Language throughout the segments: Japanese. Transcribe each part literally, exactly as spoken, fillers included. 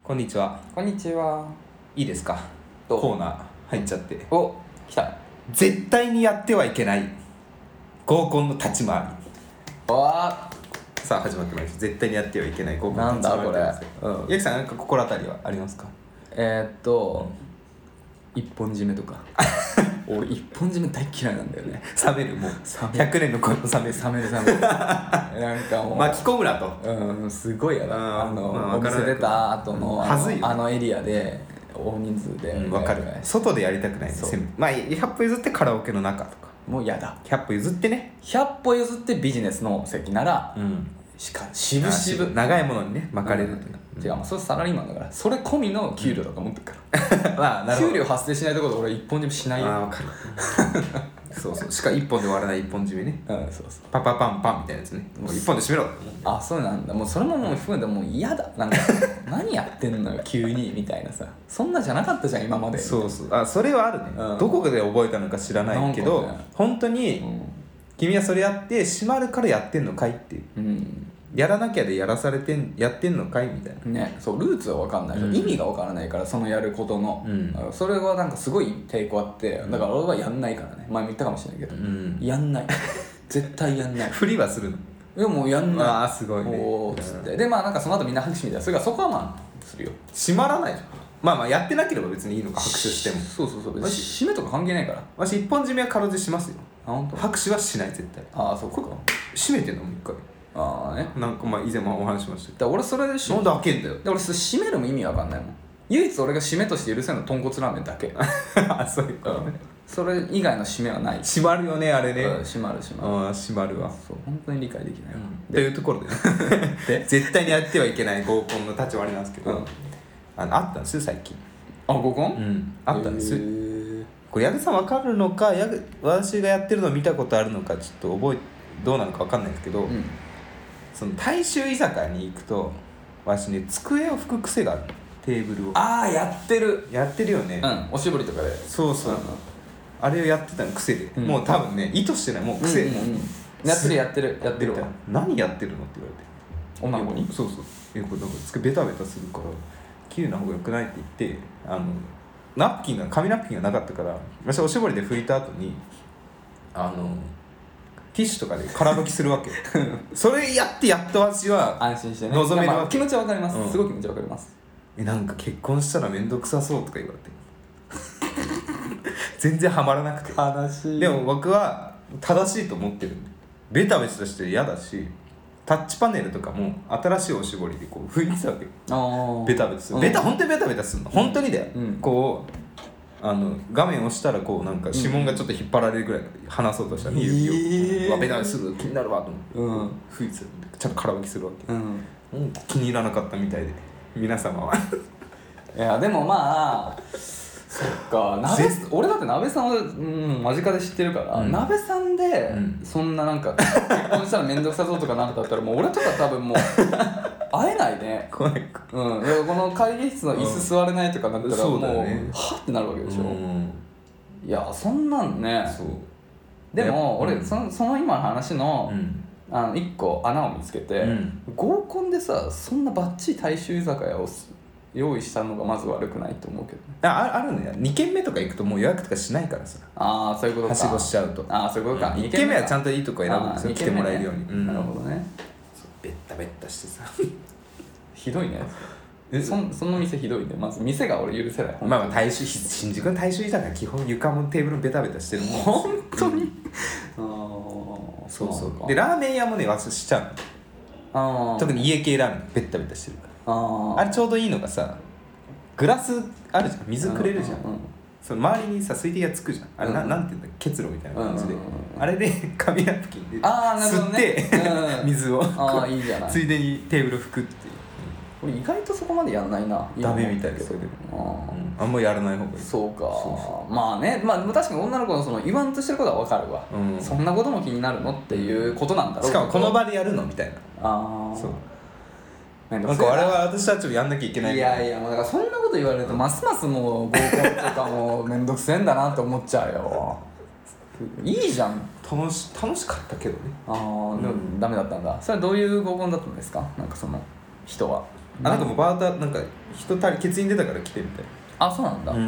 こんにちは。 こんにちは。 いいですか？ どうコーナー入っちゃって。 お、来た。 絶対にやってはいけない合コンの立ち回り。 わさあ始まってまいりました。絶対にやってはいけない合コンなんだの立ち回りこれですよ。 うん八木さん、なんか心当たりはありますか？ えー、っと、一本締めとか。俺一本締め大嫌いなんだよね。 冷める、もう冷めるひゃくねんの恋の冷める。 冷める冷める。なんかもう。 巻き込むなと。 うん、すごいやだ。 うんあの、 まあお店出た後の、あはずいよのあのエリアで大人数で。 わ、うん、かる。外でやりたくないね。 そうまあひゃっぽ譲ってカラオケの中とか。 もうやだ。 ひゃっぽ譲ってね。 ひゃっぽ譲ってビジネスの席なら、 うん。 しかしぶしぶ長いものにね巻かれるという、 うん、違う、まあ、それサラリーマンだからそれ込みの給料とか持ってるからまあなるほど。 給料発生しないところで俺一本締めしないよ。 ああ分かるそうそう、しか一本で終わらない一本締めね。 うん、そうそう。 パパパンパンみたいなやつね。もう一本で締めろ。 あ、そうなんだ。もうそれももう含めてもう嫌だ。なんか何やってんのよ急にみたいなさ。そんなじゃなかったじゃん今まで。 そうそう、あ、それはあるね、 うん、 どこで覚えたのか知らないけど、ね、本当に、うん、君はそれやって閉まるからやってんのかいっていう、うん、やらなきゃでやらされてんやってんのかいみたいなね。そう、ルーツは分かんない、うん、意味が分からないからそのやることの、うん、それはなんかすごい抵抗あってだから俺はやんないからね。前も言ったかもしれないけど、うん、やんない絶対やんないふりはするの？ いやもうやんない。 ああすごいね。 おーっつって、うん、でまあなんかその後みんな拍手みたいなするからそこはまあするよ。 閉まらないじゃん。まあまあやってなければ別にいいのか、拍手しても。 そうそうそう、別に締めとか関係ないから。 私一本締めはかろうじてしますよ。 あ、本当？ 拍手はしない絶対。 ああ、そっか。 閉めてんのもう一回。 ああね。 なんかまあ以前もお話しましたけど。 俺それで締めなんで開けんだよ。 で俺それ締めるも意味わかんないもん。唯一俺が締めとして許せるのは豚骨ラーメンだけ。 あ、そういうことね。 それ以外の締めはない。 閉まるよねあれね。 うん、閉まる閉まる。 ああ閉まるわ。 そう、本当に理解できないわ。 うん、というところでで絶対にやってはいけない合コンの立ち回りなんですけど、うん、あのあったんですよ最近。 あ、合コン？ うん、あったんですよ。これ矢口さん分かるのか、やぐ私がやってるのを見たことあるのかちょっと覚えどうなのか分かんないんですけど、うん、その大衆居酒屋に行くと私ね机を拭く癖がある。テーブルを。 ああ、やってるやってるよね。 うん、おしぼりとかで。 そうそう、うん、あれをやってたの癖で、うん、もう多分ね意図してない、もう癖、うんうんうん、 やってるやってるやってるわ。 何やってるのって言われて、 女の子に。 そうそう、えこれなんか机ベタベタするから綺麗な方がよくないって言って、あのナプキンが紙ナプキンがなかったから私おしぼりで拭いた後にあのティッシュとかで空拭きするわけそれやってやっと私は安心してね望めるわけ、まあ、 気持ちは分かります、うん、すごい気持ちは分かります。 えなんか結婚したら面倒くさそうとか言われて全然ハマらなくて。 悲しい。 でも僕は正しいと思ってるんで、ベタベタして嫌だし、タッチパネルとかも新しいおしぼりでこう拭いてたわけよ。あベタベタする、うん、ベタ本当にベタベタするの、うん、本当にだよ、うん、こうあの画面押したらこうなんか指紋がちょっと引っ張られるぐらい離そうとしたら指を、えー、うわベタベタする気になるわと思って、うん、拭いてちゃんと空拭きするわけ、うんうん、気に入らなかったみたいで皆様はいやでもまあそっか、鍋俺だって鍋さんは、うん、間近で知ってるから、うん、鍋さんで、うん、そんななんか結婚したら面倒くさそうとかなんだったらもう俺とか多分もう会えないね。 怖い、 うん、この会議室の椅子座れないとかなったらもう、うんね、はってなるわけでしょ、うん、いやそんなんね。そうでも俺、うん、その、その今の話の、うん、あのいっこ穴を見つけて、うん、合コンでさそんなバッチリ大衆居酒屋を用意したのがまず悪くないと思うけどね。 ああるね。に軒目とか行くともう予約とかしないからさ。 ああそういうことか。 はしごしちゃうと。 ああそういうことか。 に軒目はちゃんといいとこ選ぶんですよ、来てもらえるように、 うん、なるほどね。 ベッタベッタしてさひどいね。え そ, その店ひどいね。まず店が俺許せない。 まあまあ大衆新宿の大衆居酒屋基本床もテーブルもベタベタしてるもん。 本当に、うん、ああそうそうでラーメン屋もね忘れしちゃうの。あ特に家系ラーメンベッタベタしてるから。ああれちょうどいいのがさグラスあるじゃん、水くれるじゃん、うんうん、その周りにさ水滴がつくじゃんあれ、うん、な, なんていうんだ結露みたいな感じで、うんうんうん、あれで紙ナプキンで吸って、ねうん、水をあいいじゃないついでにテーブル拭くっていう。 俺意外とそこまでやんないな。 ダメみたいですよ。あ,、うん、あんまやらない方がいい。 そうか。そうそうまあね、まあ確かに女の子のその言わんとしてることは分かるわ、うん、そんなことも気になるのっていうことなんだろう。 しかもこの場でやるのみたいな。 ああそうなんかあれは私たちもやんなきゃいけない。 いやいやもうだからそんなこと言われるとますますもう合コンとかもめんどくせえんだなって思っちゃうよいいじゃん。 楽し楽しかったけどね。 ああ、うん、でもダメだったんだ。それはどういう合コンだったんですか？なんかその人はあ、なんかもうバーターなんか人足り欠員出たから来てみたいな。 あ、そうなんだ。うん。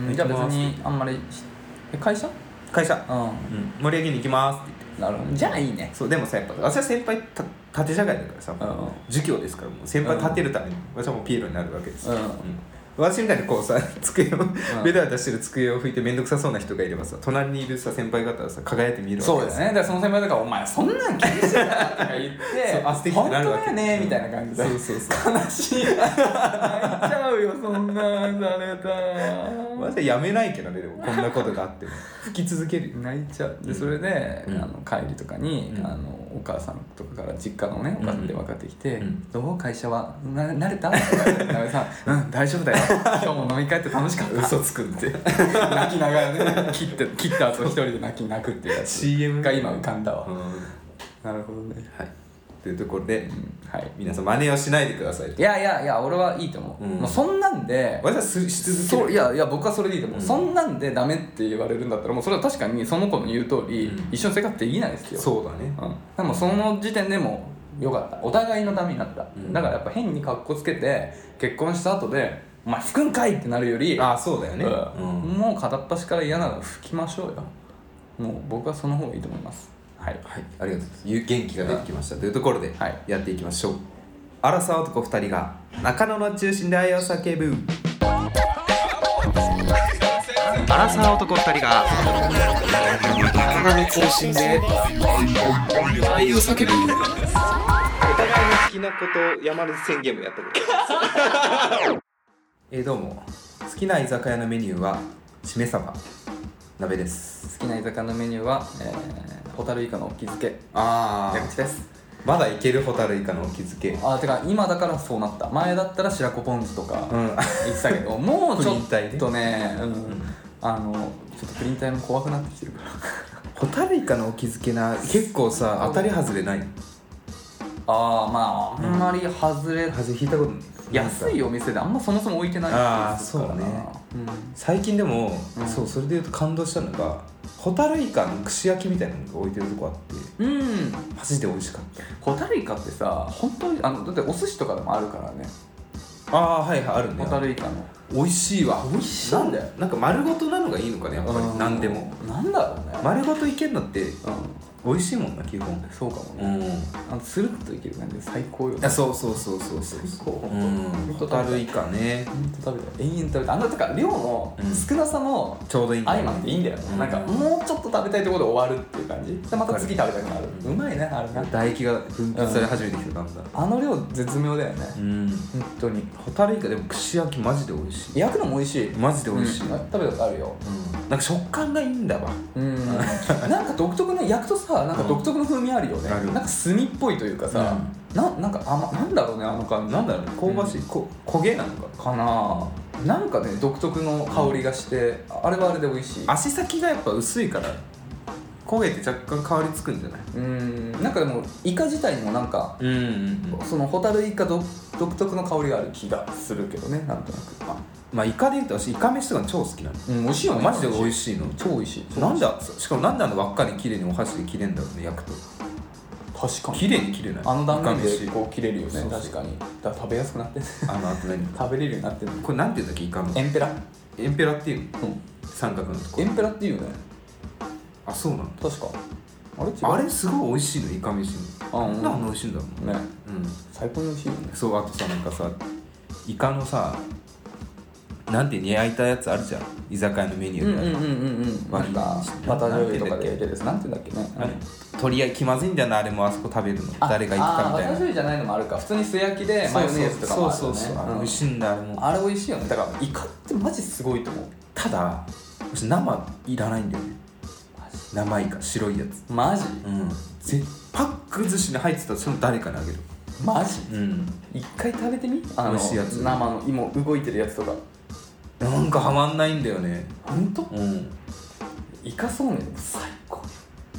じゃあ別にあんまりえ会社？ 会社。うん。うん、盛り上げに行きますって言って。 なるほど。じゃあいいね。 そうでもさやっぱ私は先輩た縦社会だからさ、うん、儒教ですからもう先輩立てるために、うん、私はもうピエロになるわけです。うん。うん、私みたいにこうさ机を、うん、ベタベタしてる机を拭いて面倒くさそうな人がいればさ隣にいるさ先輩方はさ輝いて見るわけです。 そうですね。だからその先輩とかお前そんなん気にしてたとか言ってあ素敵になるわけ。本当だよねみたいな感じで。そうそうそう。悲しい。泣いちゃうよそんなんされたら。 私はやめないけどねでもこんなことがあっても吹き続けるよ。 泣いちゃう。でそれで、うん、あの帰りとかに、うん、あのお母さんとかから実家のねお母さんで分かってきて、うん、どう会社はな慣れた？なべさんうん大丈夫だよ。今日も飲み会って楽しかった。 嘘つくんで泣きながらね切って切った後一人で泣き泣くっていうやつシーエムが今浮かんだわ。 うん、 なるほどね。 はいというところで、 うんはい、 皆さん真似をしないでください。 いやいやいや俺はいいと思う、うん、もうそんなんで私はし続ける。 いやいや僕はそれでいいと思う、うん、そんなんでダメって言われるんだったらもうそれは確かにその子の言う通り、うん、一緒に生活できないですよ。 そうだね、 うん、でもその時点でもよかったお互いのためになった、うん、だからやっぱ変に格好つけて結婚した後でお前吹くんかいってなるよりああそうだよね、 うん、もう片っ端から嫌なら吹きましょうよ。もう僕はその方がいいと思います。はい、 はい、ありがとうございます。元気が出てきましたというところでやっていきましょう、はい、アラサー男ふたりが中野の中心で愛を叫ぶ。アラサー男ふたりが中野の中心で愛を叫ぶ。お互いの好きなことを山根宣言もやったことですえーどうも好きな居酒屋のメニューはしめ鯖鍋です。 好きな居酒屋のメニューは、えー、ホタルイカの沖漬け。 あ矢口です。 まだいけるホタルイカの沖漬け。 あーてか今だからそうなった。前だったら白子ポン酢とか言ってたけど、うん、もうちょっとね、うんうん、あのちょっとプリン体も怖くなってきてるからホタルイカの沖漬けな結構さ当たり外れない。 ああまああんまり外れ、 うん、外れ引いたことない。 安いお店であんまそもそも置いてないってああそうね、うん、最近でも、うん、そうそれでいうと感動したのがホタルイカの串焼きみたいなのが置いてるとこあってうんマジで美味しかった。 ホタルイカってさ本当にあのだってお寿司とかでもあるからね。 ああはいはいあるね。 ホタルイカの美味しいわ。 美味しいんだよ。 なんか丸ごとなのがいいのかねやっぱり何でも。 なんだろうね丸ごといけるのって、うん美味しいもんな基本。 そうかもね、うん、あのスルッといける感じで最高よ、ね、 あそうそうそうそうそうそうホタルイカねほんと食べたい延々食べたい。あのとか量の少なさのちょうどいい相まっていいんだよ、うん、なんかもうちょっと食べたいところで終わるっていう感じでまた次食べたくなる、うん、うまいねあれな。 唾液が分泌され始めてきたんだ、 うん、あの量絶妙だよねうん本当に。 ホタルイカでも串焼きマジで美味しい。 焼くのも美味しいマジで美味しい、 うん、食べたことあるよ、 うん、なんか食感がいいんだわうんなんか独特ね焼くとさなんか独特の風味あるよね、うん、なんか炭っぽいというかさ、うん、な, なんかあ、ま、なんだろうねあの感じ。 なんだろうね香ばしい、うん、こ焦げなのかかな。なんかね独特の香りがして、うん、あれはあれで美味しい。 足先がやっぱ薄いから焦げて若干香りつくんじゃない。 うんなんかでもイカ自体にもなんか、うんうんうん、そのホタルイカ独特の香りがある気がするけどねなんとなく。あまあイカで言うと私イカ飯とか超好きなの。 うん美味しいよね。 マジで美味しいの。 超美味しい。 なんでしかもなんであの輪っかに綺麗にお箸で切れんだろうね焼くと。 確かに綺麗に切れない。 あの断面でこう切れるよね。そうそう確かに。だから食べやすくなってる。 あのあと何食べれるようになってる。 これなんていうんだっけイカの。 エンペラ。 エンペラっていうの。うん。三角のとこ。 エンペラっていうね。 あそうなの。 確か。あれ違う。 あれすごい美味しいのイカ飯の。あ、うん、なんで美味しいんだろうね。うん。最高に美味しいよね。 そうあとさなんかさイカのさなんて焼いたやつあるじゃん居酒屋のメニューで。 うんうんうんうんうんなんかバター醤油とかで焼いてるやつなんて言うんだっけね。 あれとりあえず気まずいんだよなあれもあそこ食べるの誰が行くかみたいな。 ああバター醤油じゃないのもあるか。普通に素焼きでマヨネーズとかもあるよね。 そうそうそう、うん、美味しいんだあれも。 あれ美味しいよね。だからイカってマジすごいと思う。 ただ私生いらないんだよね。生イカ白いやつマジ。 うんぜパック寿司に入ってたらその誰かにあげる。 マジ。 うん一回食べてみ。あの美味しいやつ生の今動いてるやつとかなんかハマんないんだよね。 ほんと。 うんイカそうめん最高。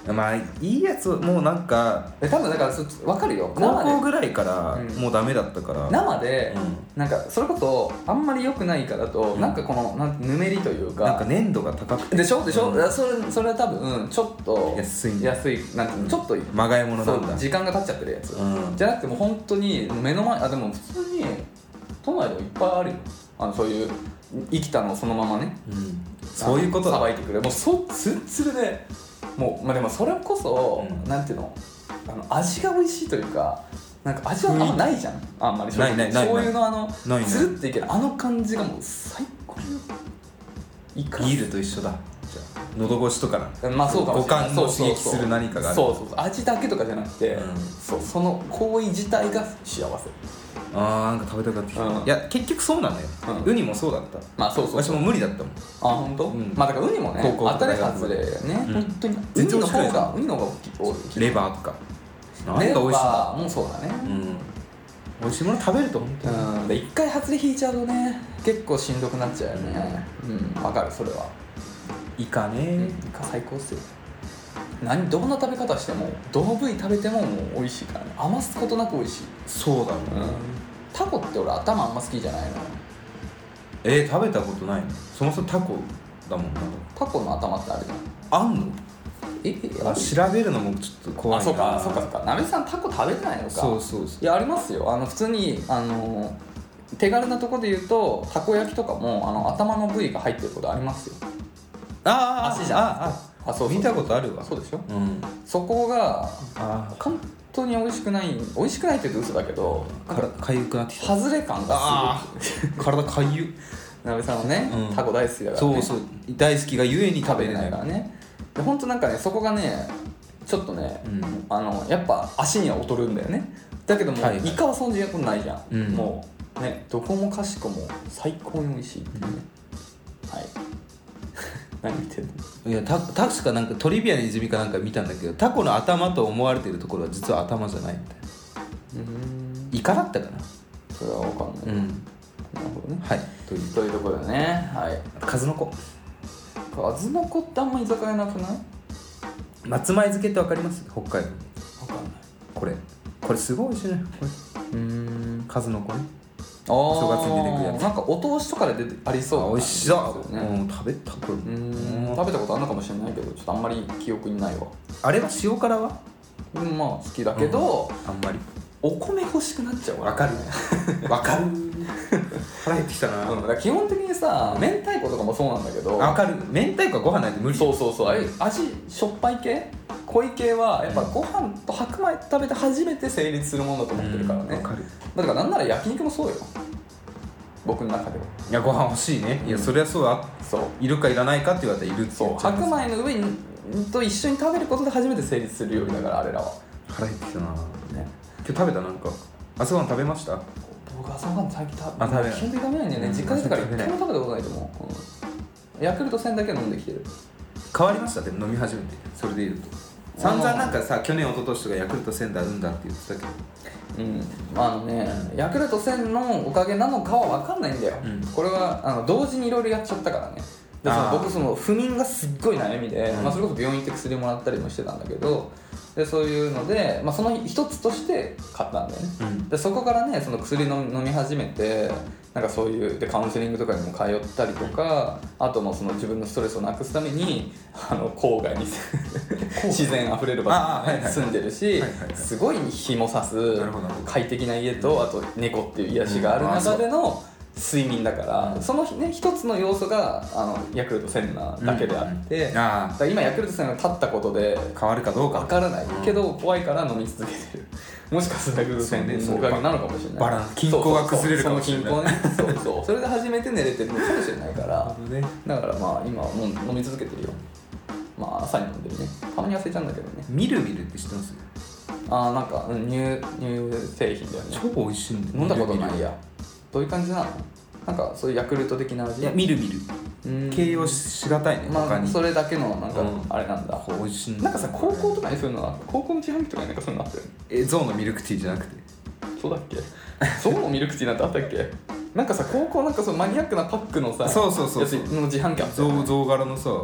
まあいいやつもうなんか多分だからそ分かるよ、 高校ぐらいからもうダメだったから、 うん、生で、うん、なんかそれこそあんまり良くないからと、うん、なんかこのなんぬめりというかなんか粘度が高くてでしょでしょ、うん、それそれは多分ちょっと安い安いなんていうの、ちょっとまがいものなんだ、 時間が経っちゃってるやつ、 うん、 じゃなくてもう本当に目の前、あでも普通に都内でもいっぱいあるよ、あのそういう生きたのをそのままね、 うん、そういうことさばいてくれ、もうそツルツルでもう、まあ、でもそれこそ、うん、なんていうの、あの味が美味しいというか、なんか味はあんまないじゃん、あんまりないないない醤油のあのないないつるっていけるあの感じがもう最高よ。 ビールと一緒だ、じゃあ喉越しとかな、 まあそうかもしれない、 五感を刺激する何かがある、 そうそうそう、味だけとかじゃなくて、うん、そうその行為自体が幸せ。 あーなんか食べたかった、うん、いや結局そうなのよ、うん、ウニもそうだった。 まあそうそうそう、 私も無理だったもん。 あ本当、うん、まあだからウニもね当たり外れね、うん、本当にウニの方がウニの方が大きい。 レバーとか何が美味しいの。レバーもそうだね、 うん、美味しいもの食べると本当に、 うん、で一回外れ引いちゃうとね結構しんどくなっちゃうよね。うん、わかるそれは。 イカね、うん、 イカ最高っすよ。何どんな食べ方してもどの部位食べてももう美味しいからね、余すことなく美味しい。 そうだね、うん、 タコって俺頭あんま好きじゃないの。 えー、食べたことないの。そもそもタコだもんな。 タコの頭ってあるじゃん。 あんの。えあ調べるのもちょっと怖いな。 あそうかそうかそうか、なべさんタコ食べないのか。 そうそうそう。 いやありますよ、あの普通にあの手軽なところで言うとたこ焼きとかもあの頭の部位が入ってることありますよ。 ああ足じゃん。 ああそうそう見たことあるわ。 そうでしょ、 うん、 そこがあ本当に美味しくない、美味しくないって言うと嘘だけど体かゆくなってきた。 外れ感がすごい体かゆなべさんはね、うん、タコ大好きだからね。そうそう大好きがゆえに食べれないからね。で本当なんかねそこがねちょっとね、うん、あのやっぱ足には劣るんだよね。だけども、はいはい、イカはそんなことないじゃん、うん、もうねどこもかしこも最高に美味しいっていうね、うん、はい何言ってんの。 いやた確かなんかトリビアの泉かなんか見たんだけどタコの頭と思われているところは実は頭じゃないみたいな。うーんイカだったかな。 それは分かんない、うん、なるほどね。 はいというというところでね、はい数の子数の子ってあんま居酒屋なくない。 松前漬けって分かります。北海道。分かんない。これこれすごい美味しいねこれ。 うーん数の子ね。 あ正月に出てくるやつ。なんかお通しとかで出てありそう。 美味しそう、ね、うん、食べたこれ。 うん食べたことあるのかもしれないけどちょっとあんまり記憶にないわ。 あれは塩辛はうんまあ好きだけど、 うん、あんまりお米欲しくなっちゃうわ。 分かるね分かる腹減ってきたな、 うん、だから基本的にさ明太子とかもそうなんだけど分かる。明太子はご飯ないと無理。 そうそうそう、あれ味しょっぱい系濃い系はやっぱご飯と白米食べて初めて成立するものだと思ってるからね。 分かる。 だからなんなら焼肉もそうよ僕の中では。 いやご飯欲しいね、うん、いやそりゃそうだ。そういるかいらないかって言われたらいるってそう白米の上にと一緒に食べることで初めて成立する料理だからあれらは。 腹減ってきたな、ね、今日食べたなんか朝ごはん食べました。 僕朝ごはん最近食べあ食べない基本的に食べないんだよね、うん、実家でから一回も食べたことないと思う、うん、ヤクルトせんだけ飲んできてる。 変わりましたって飲み始めて。それで言うと散々なんかさ去年一昨年とかヤクルトせんだうんだって言ってたけどうんあのねヤクルトせんのおかげなのかは分かんないんだよ、うん、これはあの同時にいろいろやっちゃったからね。でその僕その不眠がすっごい悩みで、うんまあ、それこそ病院行って薬もらったりもしてたんだけどでそういうので、まあ、その一つとして買ったんだよね、うん、でそこからねその薬の飲み始めてなんかそういうでカウンセリングとかにも通ったりとかあともその自分のストレスをなくすためにあの郊外に自然あふれる場所に、ね、住んでるし、はいはいはい、すごい日も差す快適な家とあと猫っていう癒しがある中での睡眠だから、うん、その、ね、一つの要素があのヤクルトせんなだけであって、うんうん、あだから今ヤクルトせんが立ったことで変わるかどうか分からない、うん、けど怖いから飲み続けてる。もしかするとヤクルトせんのおかげなのかもしれない。 バランス均衡が崩れるかもしれない。 その均衡ねそうそうそれで初めて寝れてるのかもしれないからね、だからまあ今はもう飲み続けてるよ。まあ朝に飲んでるね。たまに忘れちゃうんだけどね。 ミルミルって知ってます？ ああなんか乳乳製品だよね。 超美味しいんだよ。 飲んだことないや。どういう感じなの？なんかそういうヤクルト的な味。 いやミルミル形容しがたいね。 まあそれだけのなんかあれなんだ、 うん、美味しいんだ、ね、 なんかさ高校とかにそういうのは高校の自販機とかになんかそういうのあったよね。 えゾウのミルクティーじゃなくてそうだっけゾウのミルクティーなんてあったっけなんかさ高校なんかそうマニアックなパックのさそうそうそうやつの自販機あったよ、ね、 ゾウゾウ柄のさあ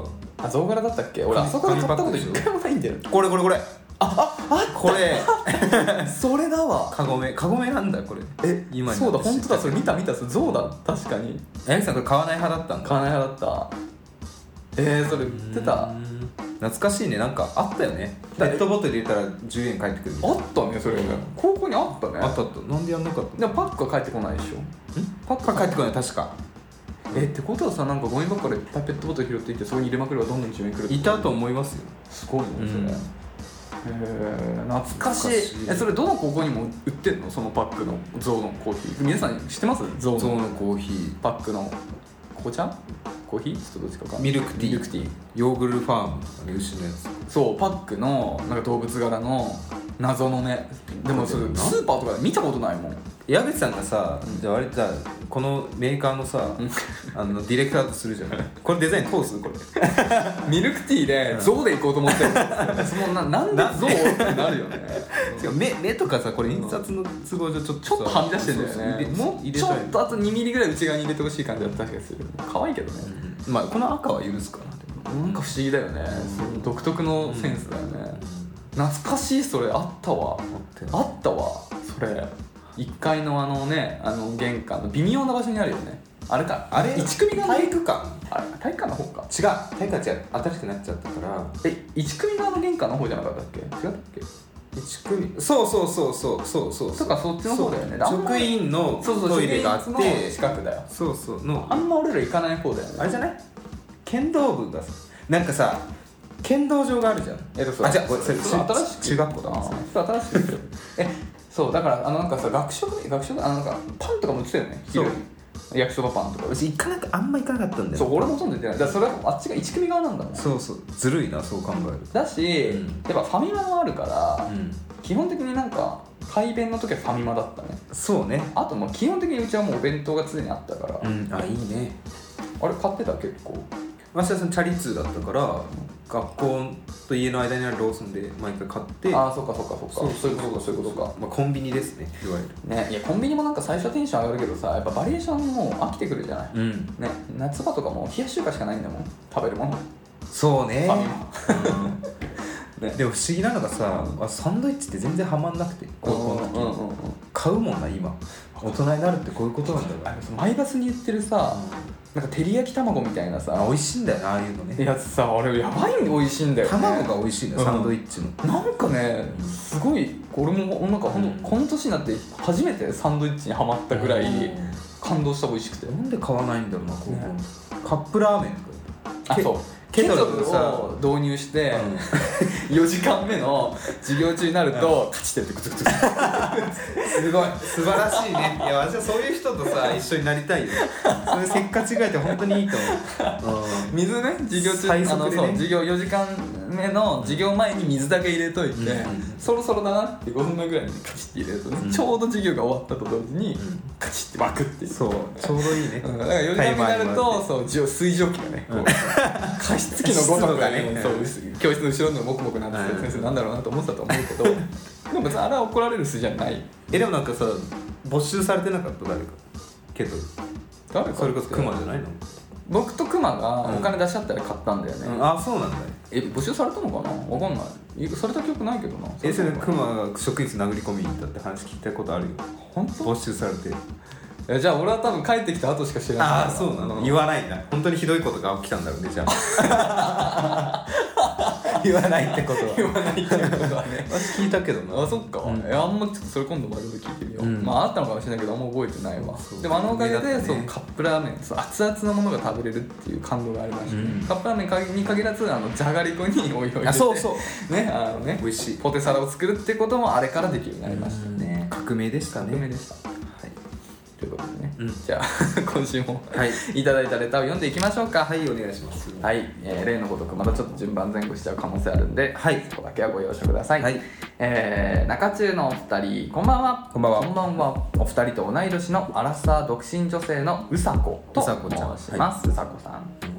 あ、象柄だったっけ。俺あそこで買ったこと一回もないんだよ。 これこれこれあああこれそれだわ。 カゴメカゴメなんだこれ。 え今そうだ本当だ、それ見た見た、それ象だ確かに。 八木さんこれ買わない派だったんだ。 買わない派だった。えー、それ売ってた。 懐かしいね。なんかあったよね。ペットボトル入れたらじゅうえん返ってくるみたいな。 あったねそれね。高校にあったね。 あったあった。なんでやんなかった。 でもパックは返ってこないでしょ。んパックは返ってこない確か。 えってことはさ、なんかゴミ箱でペットボトル拾っていってそこに入れまくればどんどんじゅうえんくる。 いたと思いますよ。 すごいねそれ、うん、へえ懐かしい。 懐かしい。 えそれどの高校にも売ってんの、そのパックの象のコーヒー。皆さん知ってます？象のコーヒーパックの紅茶コーヒーちょっとどっちかかミルクティー、 ミルクティーヨーグルファームとかね、牛のやつ。 そうパックのなんか動物柄の謎のね。でもそれスーパーとかで見たことないもん。 矢口さんがさ、うん、じゃあ割とさこのメーカーのさあのディレクターとするじゃないこれデザイン通すこれミルクティーで象でいこうと思ってるそのななんで象ってなるよね違う 目, 目とかさこれ印刷の都合上ちょっとちょっとはみ出してんだよね。もうちょっとあとにミリぐらい内側に入れてほしい感じだった気がする。可愛いけどね、 うん、まあこの赤は許すかな。 なんか不思議だよね、その独特のセンスだよね、うん、懐かしい。それあったわあったわそれ。いっかいのあのね、あの玄関の微妙な場所にあるよね。あれか、あれいち組側体育館。 あれ体育館の方か。 違う、体育館違う、新しくなっちゃったから。 え、いち組側の玄関の方じゃなかったっけ。違ったっけ。 いち組、そうそうそうそうそうそうとかそっちの方だよね。 職員のトイレがあって近くだよ。 そうそうのあんま俺ら行かない方だよね。 あれじゃない？剣道部がなんかさ剣道場があるじゃん。 えっとそう。 あ、じゃあこれそれ新しく中学校だな。 そう新しくえそうだからあのなんかさ学食学食あのなんかパンとかも売ってたよね。昼焼きそばパンとか。 私行かなくあんま行かなかったんだよ。 そう俺もほとんど行ってない。だからそれはあっちがいち組側なんだもん。 そうそうずるいなそう考える。 だし、うん、やっぱファミマもあるから、うん、基本的になんか改便の時はファミマだったね。 そうね。 あともう基本的にうちはもうお弁当が常にあったから。 うん、あいいね。 あれ買ってた結構。 私はそのチャリ通だったから、うん、学校と家の間にあるローソンで毎回買って。 ああそっかそっかそっか。そうそういうことかそういうことか。 まあコンビニですねいわゆる。 ねいやコンビニもなんか最初はテンション上がるけどさやっぱバリエーションも飽きてくるじゃない。うん。ね夏場とかも冷やし中華しかないんだもん食べるもの。 そうね。 ファミマ。うんね、でも不思議なのがさ、うん、サンドイッチって全然ハマんなくて高校の時、うんうんうん、買うもんな今大人になるってこういうことなんだろう。 マイバスに言ってるさ、うん、なんか照り焼き卵みたいなさ美味しいんだよなああいうのねやつさあれやばいんで美味しいんだよ、ね、 卵が美味しいんだよ、うん、サンドイッチのなんかねすごい俺もなんかほんと、うん、この年になって初めてサンドイッチにハマったぐらい感動した美味しくて。 なんで買わないんだろうな高校、ね、カップラーメンとかあそうケトルを導入して、うん、よじかんめの授業中になるとカチッてクツクツすごい素晴らしいね。いや私はそういう人とさ一緒になりたいよ。それせっかちがいて本当にいいと思う、うん、 水ね授業中最速でね、あのそう授業よじかんめの授業前に水だけ入れといて、うん、そろそろだなってごふんまえぐらいにカチッて入れるとね、うん、ちょうど授業が終わったと同時に、うん、カチッてバクってそうちょうどいいね、 うん、だからよじかんめになるとそう水蒸気がねこう、うん、加湿器のごとくがねそう教室の後ろのモクモクなってて先生なんだろうなと思ってたと思うけどでも別にあれは怒られる巣じゃない。 えでもなんかさ没収されてなかった誰かけど誰かそれこそクマじゃないの。 僕とクマがお金出し合ったら買ったんだよね、 うん、あそうなんだ。 え募集されたのかなわかんないされた記憶ないけどな。 えそれクマが職員室殴り込みに行ったって話聞いたことあるよ。 本当没収されて。 えじゃあ俺は多分帰ってきた後しか知らない。 ああそうなの。言わないんだ。本当にひどいことが起きたんだろうねじゃあ言わないってことは言わないってことはね私聞いたけどな。 あそっか、うん、えあんまちょっとそれ今度まで聞いてみよう、うん、まああったのかもしれないけどあんま覚えてないわ。でもあのおかげで、ね、そうカップラーメンそう熱々のものが食べれるっていう感動がありましたね、うん、カップラーメンに限らずあのじゃがりこにお湯を入れてそうそうねあのね美味しいポテサラを作るってこともあれからできるようになりましたね。 革命でしたね。 革命でした。ということでね、うん、じゃあ今週も、はい、いただいたレターを読んでいきましょうか。 はいお願いします。 はい、えー、例のごとくまたちょっと順番前後しちゃう可能性あるんで、はい、そこだけはご容赦ください。はい、えー、中中のお二人こんばんは。 こんばんは。 こんばんは。お二人と同い年のアラサー独身女性のうさこと申します。うさこちゃん。うさこさん。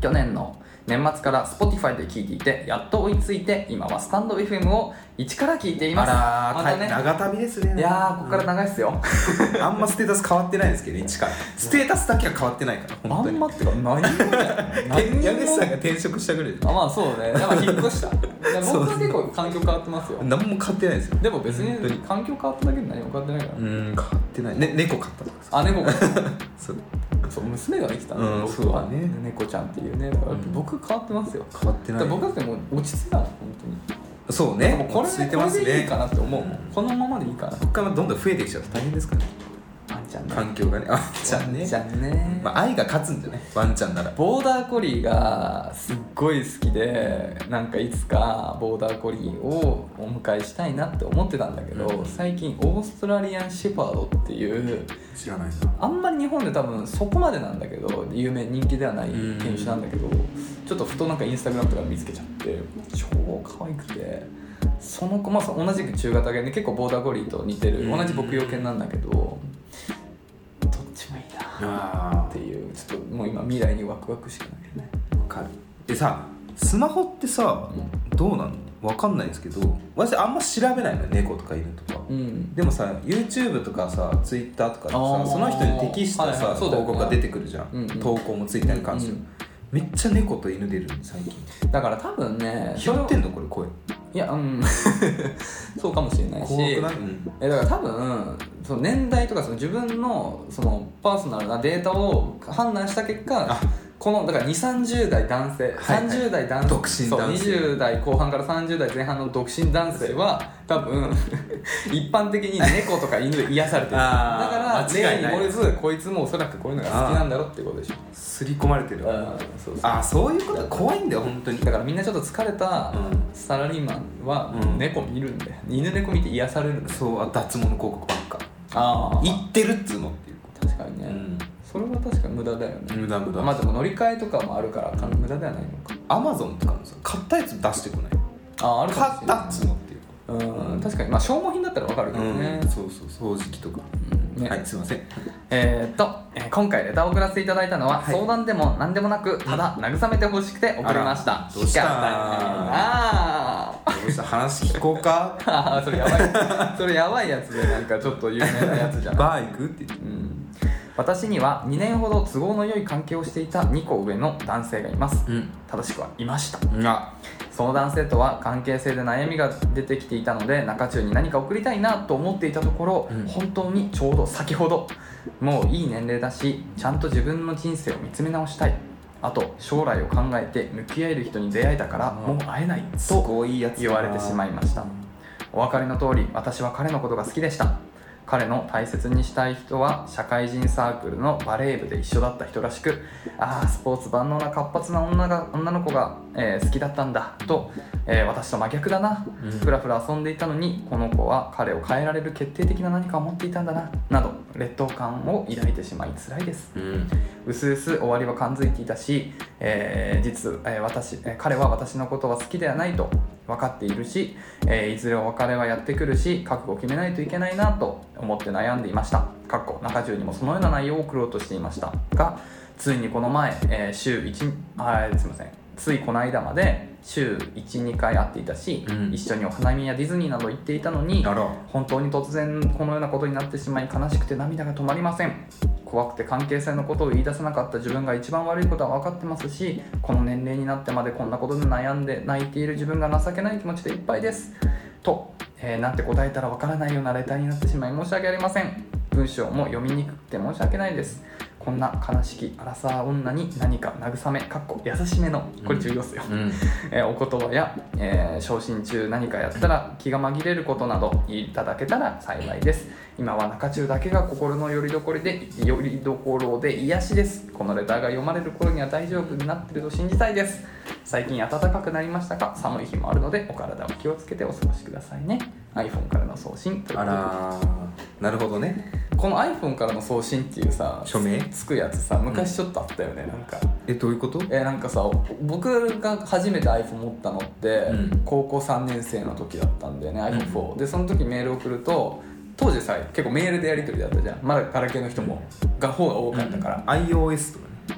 去年の年末から Spotify で聞いていてやっと追いついて今はスタンド エフエム を一から聞いています。 あらー、 またね、 長旅ですね。 いやーここから長いっすよ、 うん、あんまステータス変わってないですけどね、一からステータスだけは変わってないから本当に。 あんまってか何もね矢口さんが転職したぐらいで。 あまあそうね、だから引っ越した僕は結構環境変わってますよ。 何も変わってないですよ。 でも別に環境変わっただけで何も変わってないから。 うん変わってない、ね、猫飼ったとかさ。 あ猫がそうそう娘ができたんで、 うん僕はそうだね猫ちゃんっていうね。だからうん僕変わってますよ。 変わってない。 僕だってもう落ち着いたの本当に。 そうね、 もうこれ落ち着いてますね。 これでいいかなって思う、 うんこのままでいいかな。 ここからどんどん増えてきちゃうと大変ですからね、 ワンちゃんね。 環境がね。ワンちゃんね。 ワンちゃんね。 まあ、愛が勝つんじゃない、ワンちゃんなら。 ボーダーコリーがすっごい好きで、なんかいつかボーダーコリーをお迎えしたいなって思ってたんだけど、 うん最近オーストラリアンシェパードっていう知らないな。 あんまり日本で多分そこまでなんだけど有名人気ではない犬種なんだけど、ちょっとふとなんかインスタグラムとか見つけちゃって超可愛くて、その子も同じく中型犬で結構ボーダーコリーと似てる同じ牧羊犬なんだけど、どっちもいいなっていう、ちょっともう今未来にワクワクしかないよね。 わかる。でさ、スマホってさ、うん、どうなのわかんないんですけど、私あんま調べないのよ、猫とか犬とか、うん、でもさ YouTube とかさ Twitter とかでさ、その人に適したさ、はいはい、広告が出てくるじゃん、うんうん、投稿も Twitter に関して、うんうん、めっちゃ猫と犬出るの最近。 だから多分ね、 拾ってんのこれ声。 いやうんそうかもしれないし、怖くない？うん、えだから多分その年代とかその自分のそのパーソナルなデータを判断した結果、このだからにじゅう、さんじゅう代男性、はいはい、さんじゅう代男性、 独身男性、 にじゅう代後半からさんじゅう代前半の独身男性は多分一般的に猫とか犬で癒されてる。だから例に漏れずこいつもおそらくこういうのが好きなんだろうっていうことでしょ。 刷り込まれてる。あそうそう、あそういうこと怖いんだよ本当に。 だからみんなちょっと疲れたサラリーマンは猫見るんで、うん、犬猫見て癒されるんで。 そう、あ脱毛の広告ばっか。 ああ言ってるっつうのっていう。 確かにね、うん、それは確かに無駄だよね。 無駄無駄。 まあでも乗り換えとかもあるから無駄ではないのか。 アマゾンとかもさ買ったやつ出してこない。 ああるかもしれない。 買ったっつうのっていう。 うん、確かにまあ消耗品だったら分かるけどね、 うん、そうそう掃除機とか、うんね、はいすいません。 えー、っと、えー、今回レターを送らせていただいたのは、はい、相談でも何でもなくただ慰めてほしくて送りました。 どうしたあどうした話聞こうかあそれやばいそれやばいやつでなんかちょっと有名なやつじゃん。 バー行くって言って、うん、 私にはにねんほど都合の良い関係をしていたにこ上の男性がいます、うん、正しくはいました、うん、その男性とは関係性で悩みが出てきていたので中中に何か送りたいなと思っていたところ、うん、本当にちょうど先ほどもういい年齢だしちゃんと自分の人生を見つめ直したい、あと将来を考えて向き合える人に出会えたからもう会えないと言われてしまいました。お分かりの通り私は彼のことが好きでした。彼の大切にしたい人は社会人サークルのバレー部で一緒だった人らしく、ああスポーツ万能な活発な女が女の子が、えー、好きだったんだと、えー、私と真逆だな、うん、ふらふら遊んでいたのにこの子は彼を変えられる決定的な何かを持っていたんだななど劣等感を抱いてしまい辛いです、うん、うすうす終わりは感づいていたし、えー、実、えー私えー、彼は私のことは好きではないと分かっているし、えー、いずれお別れはやってくるし覚悟を決めないといけないなと思って悩んでいました。かっこ中中にもそのような内容を送ろうとしていましたが、ついにこの前、えー、週いちあすいませんついこの間まで週いち、にかい会っていたし、うん、一緒にお花見やディズニーなど行っていたのに本当に突然このようなことになってしまい悲しくて涙が止まりません。怖くて関係性のことを言い出せなかった自分が一番悪いことは分かってますし、この年齢になってまでこんなことで悩んで泣いている自分が情けない気持ちでいっぱいですと、えー、なんて答えたら分からないようなレターになってしまい申し訳ありません。文章も読みにくくて申し訳ないです。こんな悲しきアラサー女に何か慰めかっこ優しめのこれ重要っすよ、うんえー、お言葉や、えー、昇進中何かやったら気が紛れることなどいただけたら幸いです。今は中中だけが心の拠り所で拠り所で癒しです。このレターが読まれる頃には大丈夫になっていると信じたいです。最近暖かくなりましたが寒い日もあるのでお体を気をつけてお過ごしくださいね。 iPhone からの送信ということで。あらなるほどね。 この iPhone からの送信っていうさ署名つくやつさ昔ちょっとあったよね、うん、なんかえどういうこと？ えなんかさ僕が初めて iPhone 持ったのって、うん、高校さんねん生の時だったんだよね、 アイフォンフォー、うん、でその時メール送ると当時さ結構メールでやり取りだったじゃん、まだガラケーの人もが方が多かったから、 うん、iOS とかね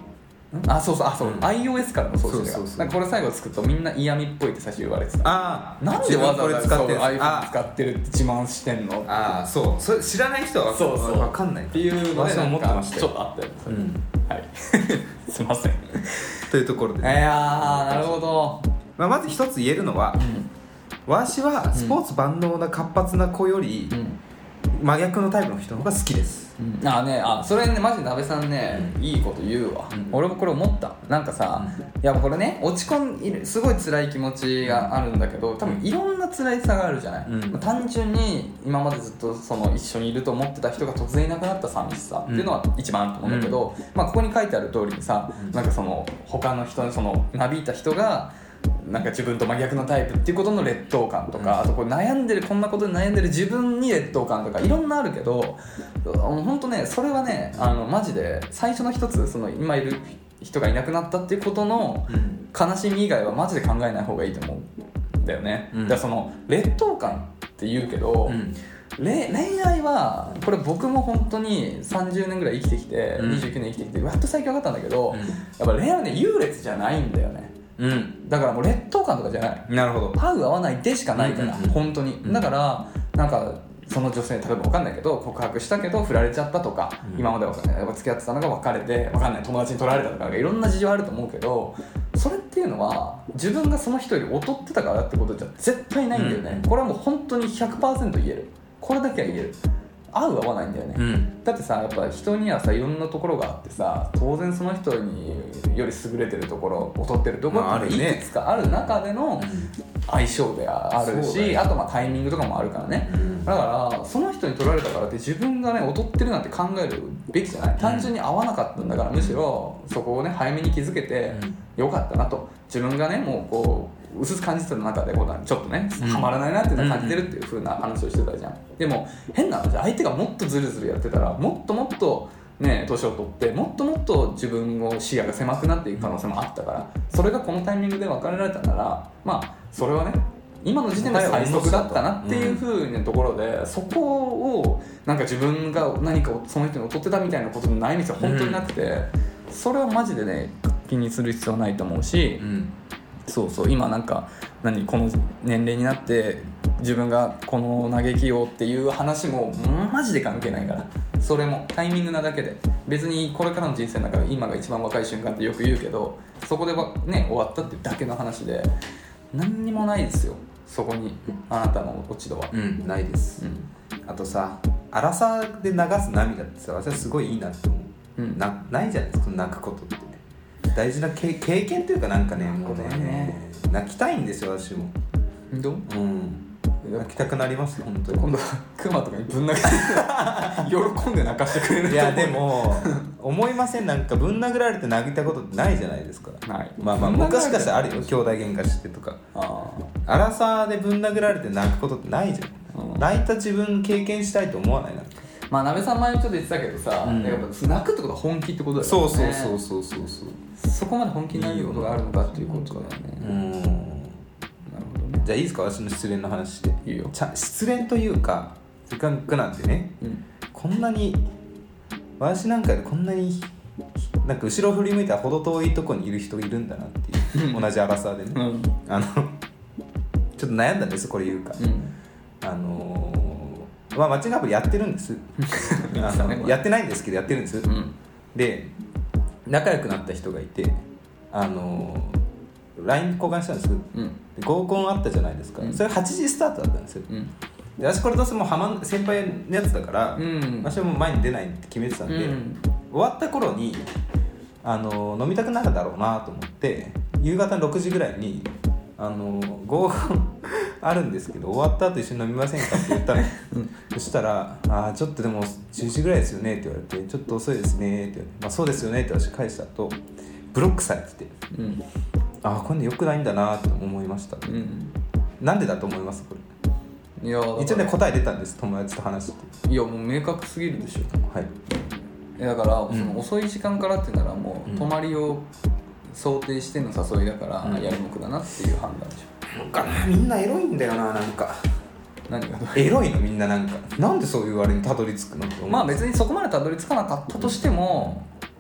あそうそうあそう、うん、iOS からの送信だからそうそうそうなんかこれ最後作るとみんな嫌味っぽいって最初言われてた。 ああなんでわざわざ使ってる iPhone 使ってるって自慢してんの。 ああそうそれ知らない人はそうそう分かんないっていうので思ってましたちょっとあったよ、うん、はいすいませんというところで、 ね、いやーなるほど、 まあ、まず一つ言えるのは、うん、わしはスポーツ万能な活発な子より、うん真逆のタイプの人の方が好きです、 うん、あねあそれねマジでなべさんね、うん、いいこと言うわ、うん、俺もこれ思ったなんかさ、うん、いやこれね落ち込んすごい辛い気持ちがあるんだけど多分いろんな辛いさがあるじゃない、うん、単純に今までずっとその一緒にいると思ってた人が突然いなくなった寂しさっていうのは一番あると思うんだけど、うんまあ、ここに書いてある通りにさ、うん、なんかその他の人そのなびいた人がなんか自分と真逆のタイプっていうことの劣等感とか、うん、あとこう悩んでるこんなことで悩んでる自分に劣等感とかいろんなあるけど本当ねそれはねあのマジで最初の一つその今いる人がいなくなったっていうことの悲しみ以外はマジで考えない方がいいと思うんだよね、うん、だからその劣等感って言うけど、うん恋愛はこれ僕も本当にさんじゅうねんぐらい生きてきて、うん、にじゅうきゅうねん生きてきてやっと最近分かったんだけど、うん、やっぱ恋愛はね優劣じゃないんだよねうん、だからもう劣等感とかじゃないなるほど合う合わないでしかないから、うんうんうん、本当にだからなんかその女性例えば分かんないけど告白したけど振られちゃったとか、うん、今まで付き合ってたのが別れて分かんない友達に取られたとかいろんな事情あると思うけどそれっていうのは自分がその人より劣ってたからってことじゃ絶対ないんだよね、うん、これはもう本当に ひゃくパーセント 言えるこれだけは言える合う合わないんだよね、うん、だってさやっぱ人にはさいろんなところがあってさ当然その人により優れてるところ劣ってるところっていくつかある中での相性であるし、うん、あとまあタイミングとかもあるからね、うん、だからその人に取られたからって自分がね劣ってるなんて考えるべきじゃない単純に合わなかったんだからむしろそこをね早めに気づけてよかったなと自分がねもうこううすうす感じてた中でこうちょっとねはまらないなっていうのを感じてるっていう風な話をしてたじゃんでも変な話相手がもっとズルズルやってたらもっともっとね年を取ってもっともっと自分の視野が狭くなっていく可能性もあったからそれがこのタイミングで別れられたならまあそれはね今の時点で最速だったなっていう風なところでそこをなんか自分が何かその人に劣ってたみたいなことのないんですよ本当になくてそれをマジでね気にする必要はないと思うし、うんそうそう今なんか何この年齢になって自分がこの嘆きをっていう話もマジで関係ないからそれもタイミングなだけで別にこれからの人生の中で今が一番若い瞬間ってよく言うけどそこでね終わったっていうだけの話で何にもないですよそこにあなたの落ち度はうんないです、うん、あとさ荒さで流す涙ってさ私はすごいいいなって思う、うん、な, ないじゃないですか泣くことって大事な経験というかなんかねもうね泣きたいんですよ私もどううん泣きたくなります本当に今度はクマとかにぶん投げて喜んで泣かしてくれるいやでも思いませんなんかぶん殴られて泣いたことってないじゃないですかないまあまあ昔かしたらあるよ兄弟喧嘩してとかああ荒さでぶん殴られて泣くことってないじゃん、うん、泣いた自分経験したいと思わないなんかまあなべさん前にちょっと言ってたけどさ、うん、やっぱ泣くってことは本気ってことだよねそうそうそうそうそうそうそこまで本気になることがあるのかっていうことだよねうんなるほどねじゃあいいですか私の失恋の話していいよ失恋というかせっかくなんてね、うん、こんなに私なんかでこんなになんか後ろ振り向いたら程遠いとこにいる人いるんだなっていう同じアラサーでね、うん、あのちょっと悩んだんですこれ言うか、うん、あのー、まあマッチングアプリやってるんですあのやってないんですけどやってるんです、うん、で仲良くなった人がいてあのー、ライン 交換したんです、うん、合コンあったじゃないですか、うん、それはちじスタートだったんですよ、うん、で私これどうせもうはま先輩のやつだから、うん、私はもう前に出ないって決めてたんで、うん、終わった頃にあのー、飲みたくなるだろうなと思って夕方のろくじぐらいにあのー、合コンあるんですけど終わった後一緒に飲みませんかって言ったの、うん、そしたらあちょっとでもじゅうじぐらいですよねって言われてちょっと遅いですねって言われて、まあ、そうですよねって私返した後ブロックされてて、うん、あこれ良くないんだなと思いました、うん、なんでだと思いますこれいや一応ね答え出たんです友達と話していやもう明確すぎるでしょはいだから、うん、その遅い時間からっていうならもう、うん、泊まりを想定しての誘いだから、うん、やるのくだなっていう判断でしょなんかなみんなエロいんだよななんか何がエロいのみんななんかなんでそういうあれにたどり着くのって思うまあ別にそこまでたどり着かなかったとしても、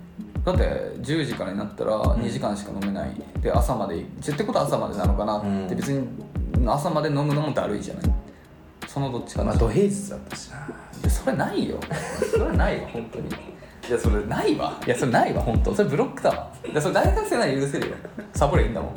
だってじゅうじからになったらにじかんしか飲めない、うん、で朝までってことは朝までなのかなって、うん、別に朝まで飲むのもだるいじゃない。そのどっちかな。 まあ土平日だったしな。 それないよそれないわ本当に。いやそれないわ。いやそれないわ本当。それブロックだわ。いやそれ大学生なら許せるよ。サボれいいんだもん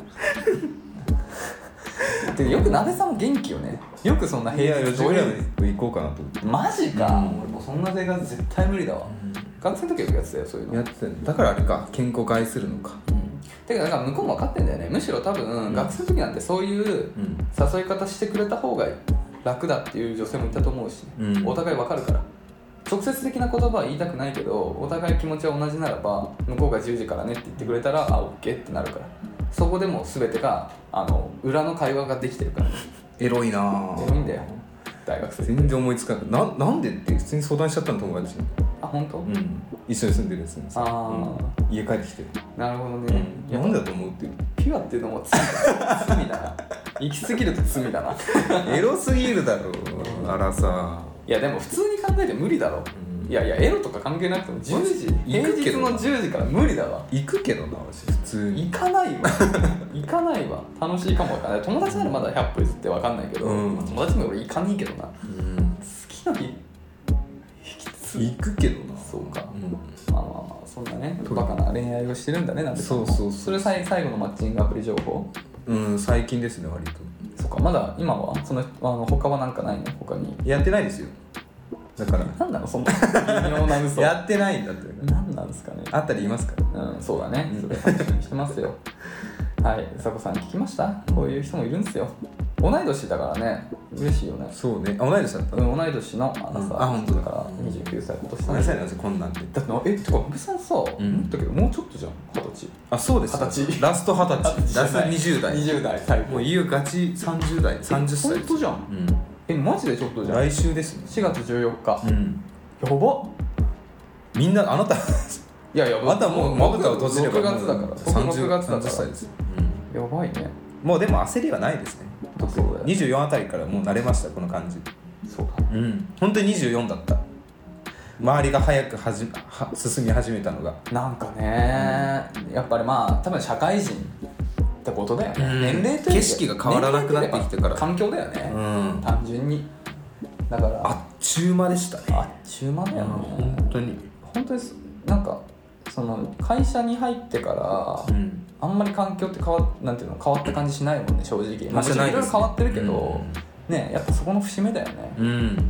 でよく鍋さんも元気よね。よくそんな平日土曜日行こうかなと思って。 マジか、うん、俺もうそんな生活絶対無理だわ、うん、学生の時はよくやってたよそういうの。 やってたよ。だからあれか健康害するのか。 てかだから向こうも分かってんだよね。むしろ多分、うん、学生の時なんてそういう誘い方してくれた方が楽だっていう女性もいたと思うし、ね、うん、お互い分かるから。直接的な言葉は言いたくないけどお互い気持ちは同じならば向こうがじゅうじからねって言ってくれたらあオッケーってなるから、そこでもう全てがあの裏の会話ができてるから。 エロいなぁ。 エロいんだよ大学生。 全然思いつかない。 な, なんでって普通に相談しちゃったの友達に。 あ本当？ うん、一緒に住んでるやつにさ、あ、うん、家帰ってきて。 なるほどね、 うん、なんだと思うっていう。 ピュアっていうのも罪だ罪だな行き過ぎると罪だなエロすぎるだろあらさ。 いやでも普通に考えて無理だろ、うん、いやいやエロとか関係なくてもじゅうじ平日のじゅうじから無理だわ。 行くけどな私普通に。 行かないわ行かないわ。楽しいかもわかんない。友達ならまだひゃっぷりずってわかんないけど、うん、友達も俺行かねえけどな、うん、好きな日行くけどな。 そうか、うん、まあまあまあそんなねバカな恋愛をしてるんだね。なんでそうそうそう。 それ最後のマッチングアプリ情報。 うん最近ですね割と。 そうかまだ今はそのあの他はなんかないの他に。 やってないですよ。だからなんなのそんな微妙な嘘やってないんだって。 何なんですかね。 あったら言いますか。 うんそうだね、それ楽しみにしてますよはいさこさん聞きました。こういう人もいるんですよ。同い年だからね嬉しいよね。 そうね。あ同い年だった。 うん同い年のあのさ、 うん、あ本当だからにじゅうきゅうさい今年ごめんなさいなんですよこんなんで。 だってえってか安部さんさ、うん、思ったけどもうちょっとじゃん二十歳。 あそうです二十歳ラスト二十歳ラストにじゅう代にじゅう代最高。もういよガチさんじゅう代さんじゅっさい本当じゃん、うん、えマジでちょっとじゃん。 来週ですねしがつじゅうよっか。 うんやばみんなあなたいやいやあなたもうまぶたを閉じればろくがつだからさんじゅうろくがつだからさんじゅっさいです、 うん、やばいね。 もうでも焦りはないですね。 そうだよにじゅうよんあたりからもう慣れましたこの感じ。 そうだうん本当ににじゅうよんだった。周りが早くはじは進み始めたのがなんかね、うん、やっぱりまあ多分社会人ってことだよね、うん、年齢という景色が変わらなくなってきてから環境だよね、 うん、 単純に。だからあっちゅう間でしたね。 あっちゅう間だよね、 うん、本当に本当になんかその会社に入ってから、うん、あんまり環境って変わなんていうの変わった感じしないもんね正直。まあ、いろいろ変わってるけど、うん、ねやっぱそこの節目だよね。 うん、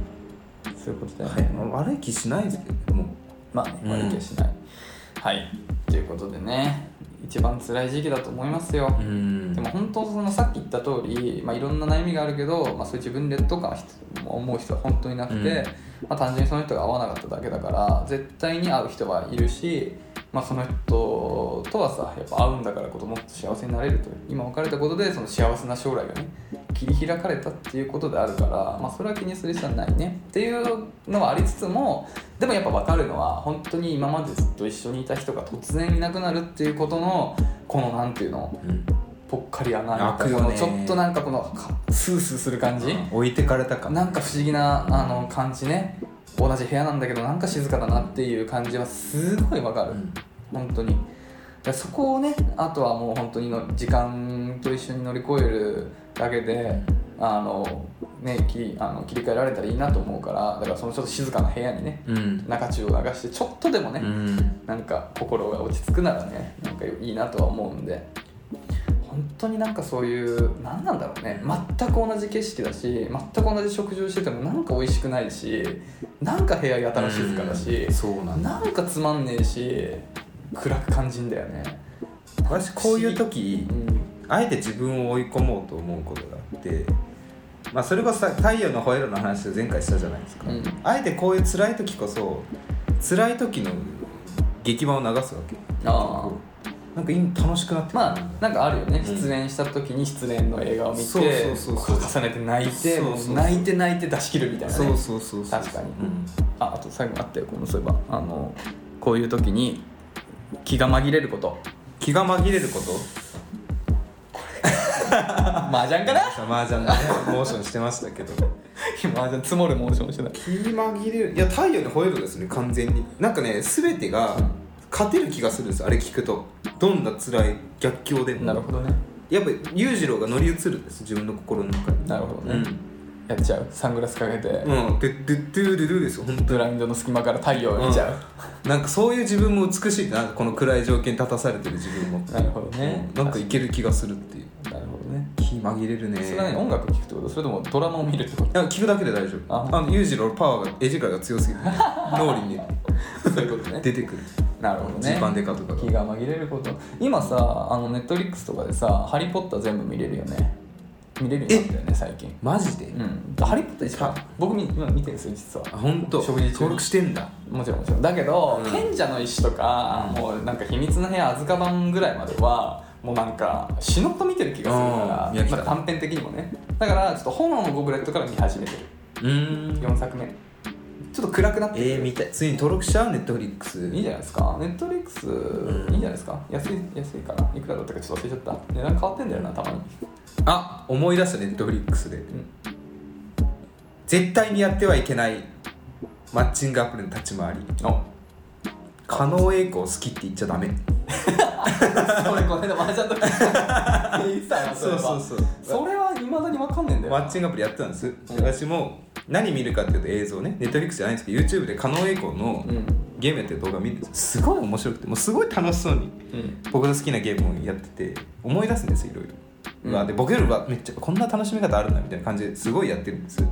そういうことだよね。 はい、悪い気しないですけどもうまあね悪い気はしない、うん、はいということでね一番辛い時期だと思いますよ。うんでも本当そのさっき言った通り、まあ、いろんな悩みがあるけど、まあ、そういう自分でとか思う人は本当になくて、うんまあ、単純にその人が合わなかっただけだから絶対に会う人はいるし、まあ、その人とはさやっぱ会うんだからこそもっと幸せになれるという今別れたことでその幸せな将来がね切り開かれたっていうことであるから、まあ、それは気にする必要はないねっていうのはありつつもでもやっぱ分かるのは本当に今までずっと一緒にいた人が突然いなくなるっていうことのこのなんていうの、うん、ぽっかり穴みたいなちょっとなんかこのスースーする感じ、 置いてかれたかなんか不思議なあの感じね。同じ部屋なんだけどなんか静かだなっていう感じはすごいわかる、うん、本当に。そこをねあとはもう本当にの時間と一緒に乗り越えるだけであの、ね、きあの切り替えられたらいいなと思うからだからそのちょっと静かな部屋にね、うん、中中を流してちょっとでもね、うん、なんか心が落ち着くならねなんかいいなとは思うんで本当になんかそういう何なんだろうね全く同じ景色だし全く同じ食事をしててもなんか美味しくないしなんか部屋やたら静かだし、 うん、そうなんだなんかつまんねえし暗く感じんだよね。 私こういう時、うん、あえて自分を追い込もうと思うことがあって、まあ、それこそ太陽の吠えるの話を前回したじゃないですか、うん、あえてこういう辛い時こそ辛い時の劇版を流すわけ。あなんか今楽しくなってくる。 まあなんかあるよね、うん、失恋した時に失恋の映画を見てそうそうそうそう重ねて泣いてそうそうそう泣いて泣いて出し切るみたいなね。 そうそうそうそう確かに、うん、ああと最後あったよこのそういえばあのこういう時に気が紛れること気が紛れること麻雀かな麻雀のねモーションしてましたけど麻雀積もるモーションしてた。 気紛れるいや太陽に吠えるですね完全になんかね全てが勝てる気がするんですよ、あれ聞くと。どんな辛い逆境でも。 なるほどね。 やっぱ裕次郎が乗り移るんです、自分の心の中に。 なるほどね、うん、やっちゃう。サングラスかけて、 うん、でででででですよ、本当に。 ブラインドの隙間から太陽を見ちゃう、 うん、なんかそういう自分も美しいって、なんかこの暗い条件に立たされてる自分も。 なるほどね、 うん、なんかいける気がするっていう。 なるほどね。 気紛れるね。 それは、ね、音楽聴くってこと？それともドラマを見るってこと？ いや、聞くだけで大丈夫。あの裕次郎のパワーが、絵力が強すぎる脳裏にそういうことね、 出てくる。 なるほどね。 ジーパンデカとかが気が紛れること。今さ、あのネットフリックスとかでさ、ハリーポッター全部見れるよね。見れるようになったよね、最近。 マジで？ うん。ハリーポッター一番僕今見てるんですよ、実は。 あ、本当。 食事中登録してんだ。 もちろんもちろん。だけど、 うん、 賢者の石とか、もうなんか秘密の部屋アズカバンぐらいまではもうなんか死ぬほど見てる気がするから、まあ、短編的にもね。だからちょっと炎のゴブレットから見始めてる。 うーん。 よんさくめ。ちょっと暗くなってる。 えー、見たい。ついに登録しちゃう？ネットフリックス。 いいじゃないですか。ネットフリックス、うん、いいんじゃないですか。安い安いからいくらだったかちょっと忘れちゃった。値段変わってんだよな、たまに。 あ、思い出した、ネットフリックスで、うん、絶対にやってはいけないマッチングアプリの立ち回り。狩野英孝好きって言っちゃダメ。 それこの間マージャンとか言ってたよ。 そうそうそう。 それは未だに分かんねえんだよ。 マッチングアプリやってたんです、うん、私も何見るかっていうと映像ね、ネットフリックスじゃないんですけど YouTube で狩野英孝のゲームやってる動画見るんですよ。すごい面白くて、もうすごい楽しそうに、うん、僕の好きなゲームをやってて思い出すんですよ、いろいろ。うん、うわで僕よりはめっちゃこんな楽しみ方あるんだみたいな感じですごいやってるんです、うん、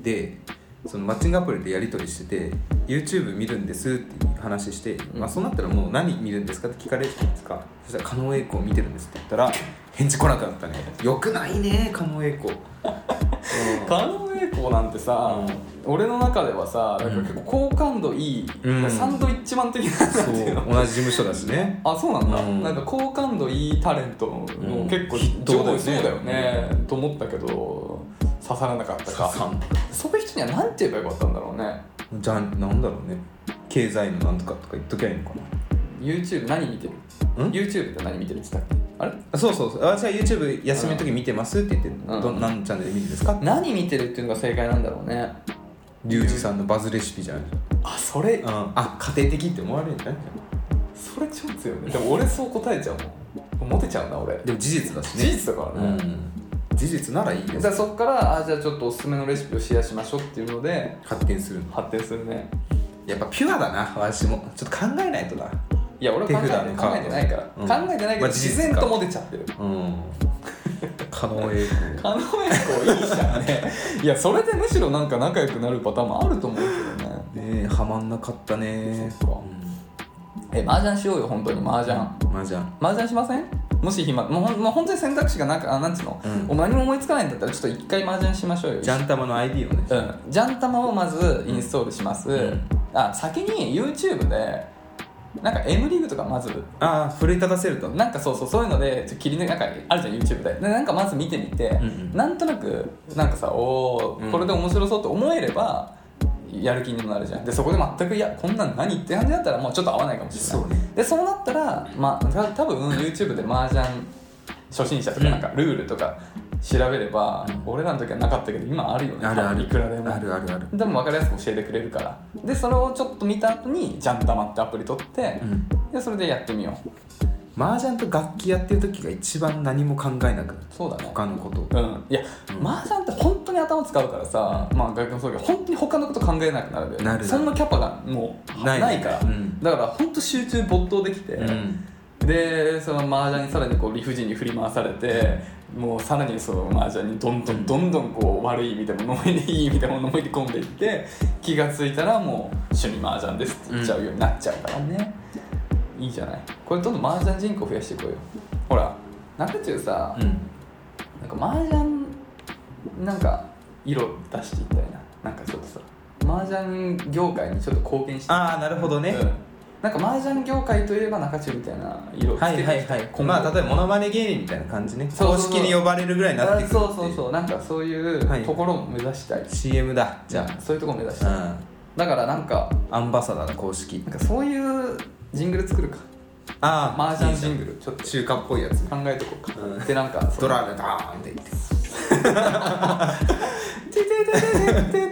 でそのマッチングアプリでやり取りしてて YouTube 見るんですって話して、うん、まあ、そうなったらもう何見るんですかって聞かれるじゃないですか。そしたら狩野英孝見てるんですって言ったら返事来なくなったね。よくないね、狩野英孝。 狩野英孝なんてさ、うん、俺の中ではさ、なんか結構好感度いい、うん、サンドイッチマン的な、 そう同じ事務所だしね。 あ、そうなんだ、うん、なんか好感度いいタレントの、うん、結構上手そうだよね、うん、と思ったけど刺さらなかったか。そういう人には何て言えばよかったんだろうね。 じゃあなんだろうね、経済のなんとかとか言っときゃいいのかな。 YouTube 何見てる？ YouTube って何見てるって言ったっけ？あれ？ そうそうそう、私は YouTube 休みの時見てますって言ってる、うん、ど何チャンネル見るんですか？ 何見てるっていうのが正解なんだろうね。 リュウジさんのバズレシピじゃない？ あ、それ、うん、 あ、家庭的って思われるんじゃない？ それ超強いね。でも俺そう答えちゃうもん。モテちゃうんだ俺。 でも事実だしね。 事実だからね、 うん、事実ならいいです。 だからそっからあじゃあちょっとおすすめのレシピをシェアしましょうっていうので発展する発展するね。 やっぱピュアだな、私もちょっと考えないとな。 いや俺は考えて考えてないから、うん、考えてないけど、まあ、自然とモテちゃってる。うん狩野英孝狩野英孝いいじゃんね。いやそれでむしろなんか仲良くなるパターンもあると思うけどね。 ねえ、ハマんなかったね。 そっか、うん、え、麻雀しようよ、本当に麻雀。 麻雀麻雀しません？もし暇、もうほん、もう本当に選択肢がなんか、あ、なんつうの、うん、何も思いつかないんだったらちょっと一回麻雀しましょうよ。 ジャンタマの アイディー をね、 うん、ジャンタマをまずインストールします、うん、あ、先に YouTube でなんか M リーグとかまずああ奮い立たせるとなんかそうそうそういうのでちょ切り抜なんかあるじゃん YouTube ででなんかまず見てみて、うんうん、なんとなくなんかさおーこれで面白そうって思えればやる気にもなるじゃん。でそこで全くいやこんなん何って感じだったらもうちょっと合わないかもしれない。そう、ね、でそうなったらまあた多分 YouTube で麻雀初心者とかなんかルールとか調べれば、うん、俺らの時はなかったけど今あるよね。 あるあるいくらでもあるあるある。 でも分かりやすく教えてくれるからでそれをちょっと見た後にジャンタマってアプリ取って、うん、でそれでやってみよう。 麻雀と楽器やってる時が一番何も考えなくなる。 そうだね。 他のことうんいや、うん、麻雀って本当に頭使うからさ、うん、まあ楽器もそうだけど本当に他のこと考えなくなるんだよ。 なるそんなキャパがもうない、ないから、うん、だから本当集中没頭できて、うん、でその麻雀にさらにこう理不尽に振り回されてもうさらにその麻雀にどんどんどんどんこう悪い意味でも飲めいい意味でも飲み込んでいって気がついたらもう趣味麻雀ですって言っちゃうようになっちゃうからね、うん、いいじゃない。これどんどん麻雀人口増やしていこうよ。ほら中中さ、うん、なんか麻雀なんか色出していったいな。なんかちょっとさ麻雀業界にちょっと貢献して。 ああなるほどね、うんなんか麻雀業界といえば中中みたいな色をつけて、 はいはいはい、まあ例えばモノマネ芸人みたいな感じね。公式に呼ばれるぐらいになってくるっていう。 そうそうそうなんかそういうところを目指したい、はい、 シーエム だじゃあそういうところを目指したい、うん、だからなんかアンバサダーだ公式なんかそういうジングル作るか。 ああ麻雀ジングルちょっと中華っぽいやつ考えとこうか、うん、でなんかドラムダーンって言って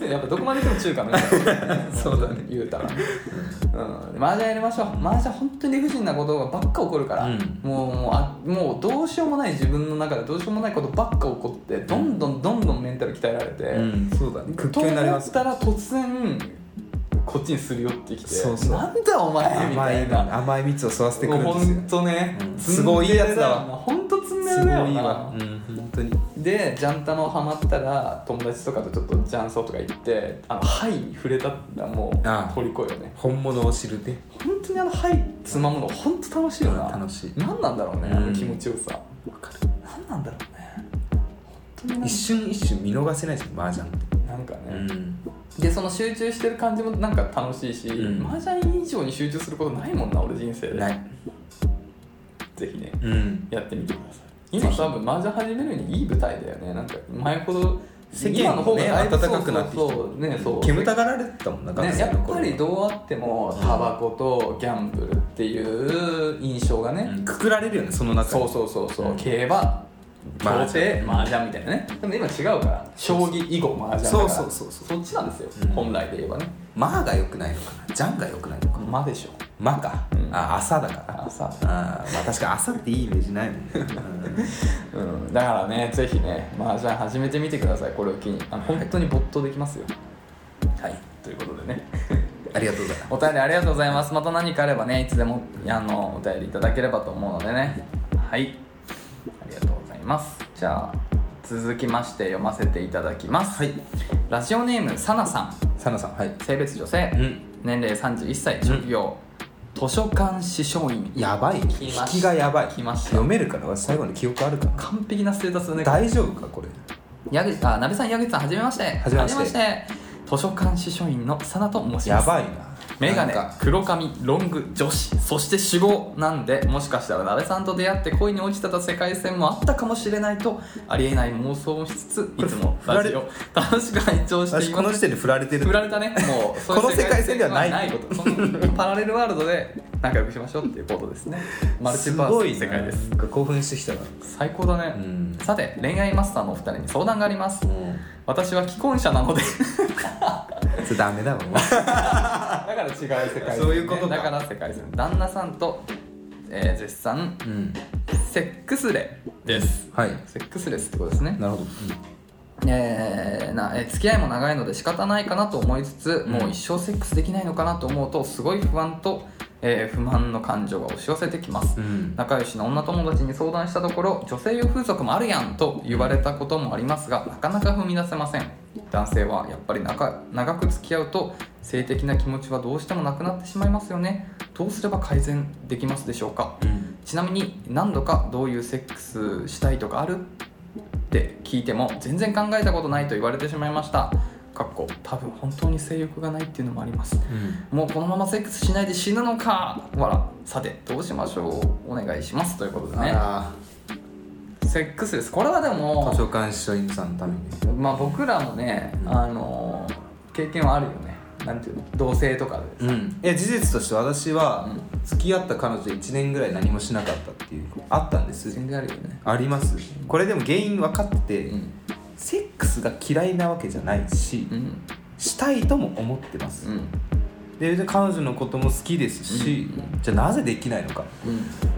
やっぱどこまで行っても中華のそうだね言うたらね、うん、麻雀やりましょう。麻雀本当に理不尽なことがばっか起こるから、うん、もうもうあもうどうしようもない自分の中でどうしようもないことばっか起こってどんどんどんどんメンタル鍛えられて、うん、 そうだね屈強になります。 と思ったら突然こっちにすり寄ってきて、 そうそうなんだお前みたいな甘い蜜を吸わせてくるんですよ。 ほんとね、 うん、すごいいいやつだわ。 ほんとツンデレだよな。 すごいいいわ、うん、本当に。 でジャンタのハマったら友達とかとちょっとジャンソーとか行ってあのハイに触れたらもう虜よね。 本物を知るで本当にあのハイつまむの本当楽しいよな。 楽しい。 何なんだろうね、 うん、 あの気持ちよさ。 わかる。 何なんだろうね。 本当に一瞬一瞬見逃せないじゃん麻雀って。 なんかね、 うん、 でその集中してる感じもなんか楽しいし、うん、麻雀以上に集中することないもんな俺人生で。 ない。 ぜひね、 うん、 やってみてください。今多分麻雀始めるにいい舞台だよね。なんか前ほど世間の方がだいぶ暖かくなってきて、そうね、そう煙たがられてたもんな、 ね、やっぱりどうあってもタバコとギャンブルっていう印象がね、 うん、くくられるよねその中に。そうそうそうそう、うん、競馬競艇麻雀みたいなね。でも今違うから将棋囲碁麻雀だからそうそうそうそうそっちなんですよ、うん、本来で言えばね。 マが良くないのかな、ジャンが良くないのかな。 マでしょ。 マか、うん、あ朝だから朝。 あまあ確かに朝っていいイメージないもんね、 うんうん、だからねぜひね麻雀始めてみてください。これを機にあの本当に没頭できますよ。はい、ということでねありがとうございます。 お便りありがとうございます。また何かあればねいつでもあのお便りいただければと思うのでね。はい、ありがとうございます。じゃあ続きまして読ませていただきます。はい、ラジオネームサナさん。 サナさん、はい。 性別女性、うん、年齢さんじゅういっさい、職業、うん、図書館司書員。 やばいね、引きがやばい。 来ました。 読めるから最後の記憶あるから。 完璧なステータスだね。 大丈夫かこれ。 やぐあなべさん矢口さんはじめまして。 はじめまして。 図書館司書員のサナと申します。 やばいな。 メガネ、黒髪、ロング、女子、そして死後なんで、もしかしたらなべさんと出会って恋に落ちてた世界線もあったかもしれないとありえない妄想をしつついつもラジオ楽しく拝聴しています。 この時点で振られてる。 振られたね。もうこの世界線ではないないこと。そのパラレルワールドで仲良くしましょうっていうことですね。マルチバースの世界です。 すごい興奮してきたな。 最高だね、うん、さて恋愛マスターのお二人に相談があります、うん、私は既婚者なのでそれダメだもんだから違う世界線、ね、 そういうことか。 だから世界線旦那さんと、えー、絶賛、うん、セックスレです、 はい、 セックスレスってことですね。 なるほど、 うん、えー、なえー、付き合いも長いので仕方ないかなと思いつつ、うん、もう一生セックスできないのかなと思うとすごい不安と、えー、不満の感情が押し寄せてきます、うん、仲良しの女友達に相談したところ女性用風俗もあるやんと言われたこともありますがなかなか踏み出せません。男性はやっぱり長長く付き合うと性的な気持ちはどうしてもなくなってしまいますよね。どうすれば改善できますでしょうか、うん、ちなみに何度かどういうセックスしたいとかあるって聞いても全然考えたことないと言われてしまいました。かっこ多分本当に性欲がないっていうのもあります、うん、もうこのままセックスしないで死ぬのかわら。さてどうしましょうお願いしますということでね。セックスです。これはでも図書館司書員さんのためにまあ僕らもね、うん、あの経験はあるよね。なんていうの同性とかでさ、うん、 いや事実として私は付き合った彼女いちねんぐらい何もしなかったっていうあったんです。 全然あるよね。 あります。これでも原因分かってて、うん、セックスが嫌いなわけじゃないし、うん、したいとも思ってます、うん、で彼女のことも好きですし、うん、じゃあなぜできないのか、うん、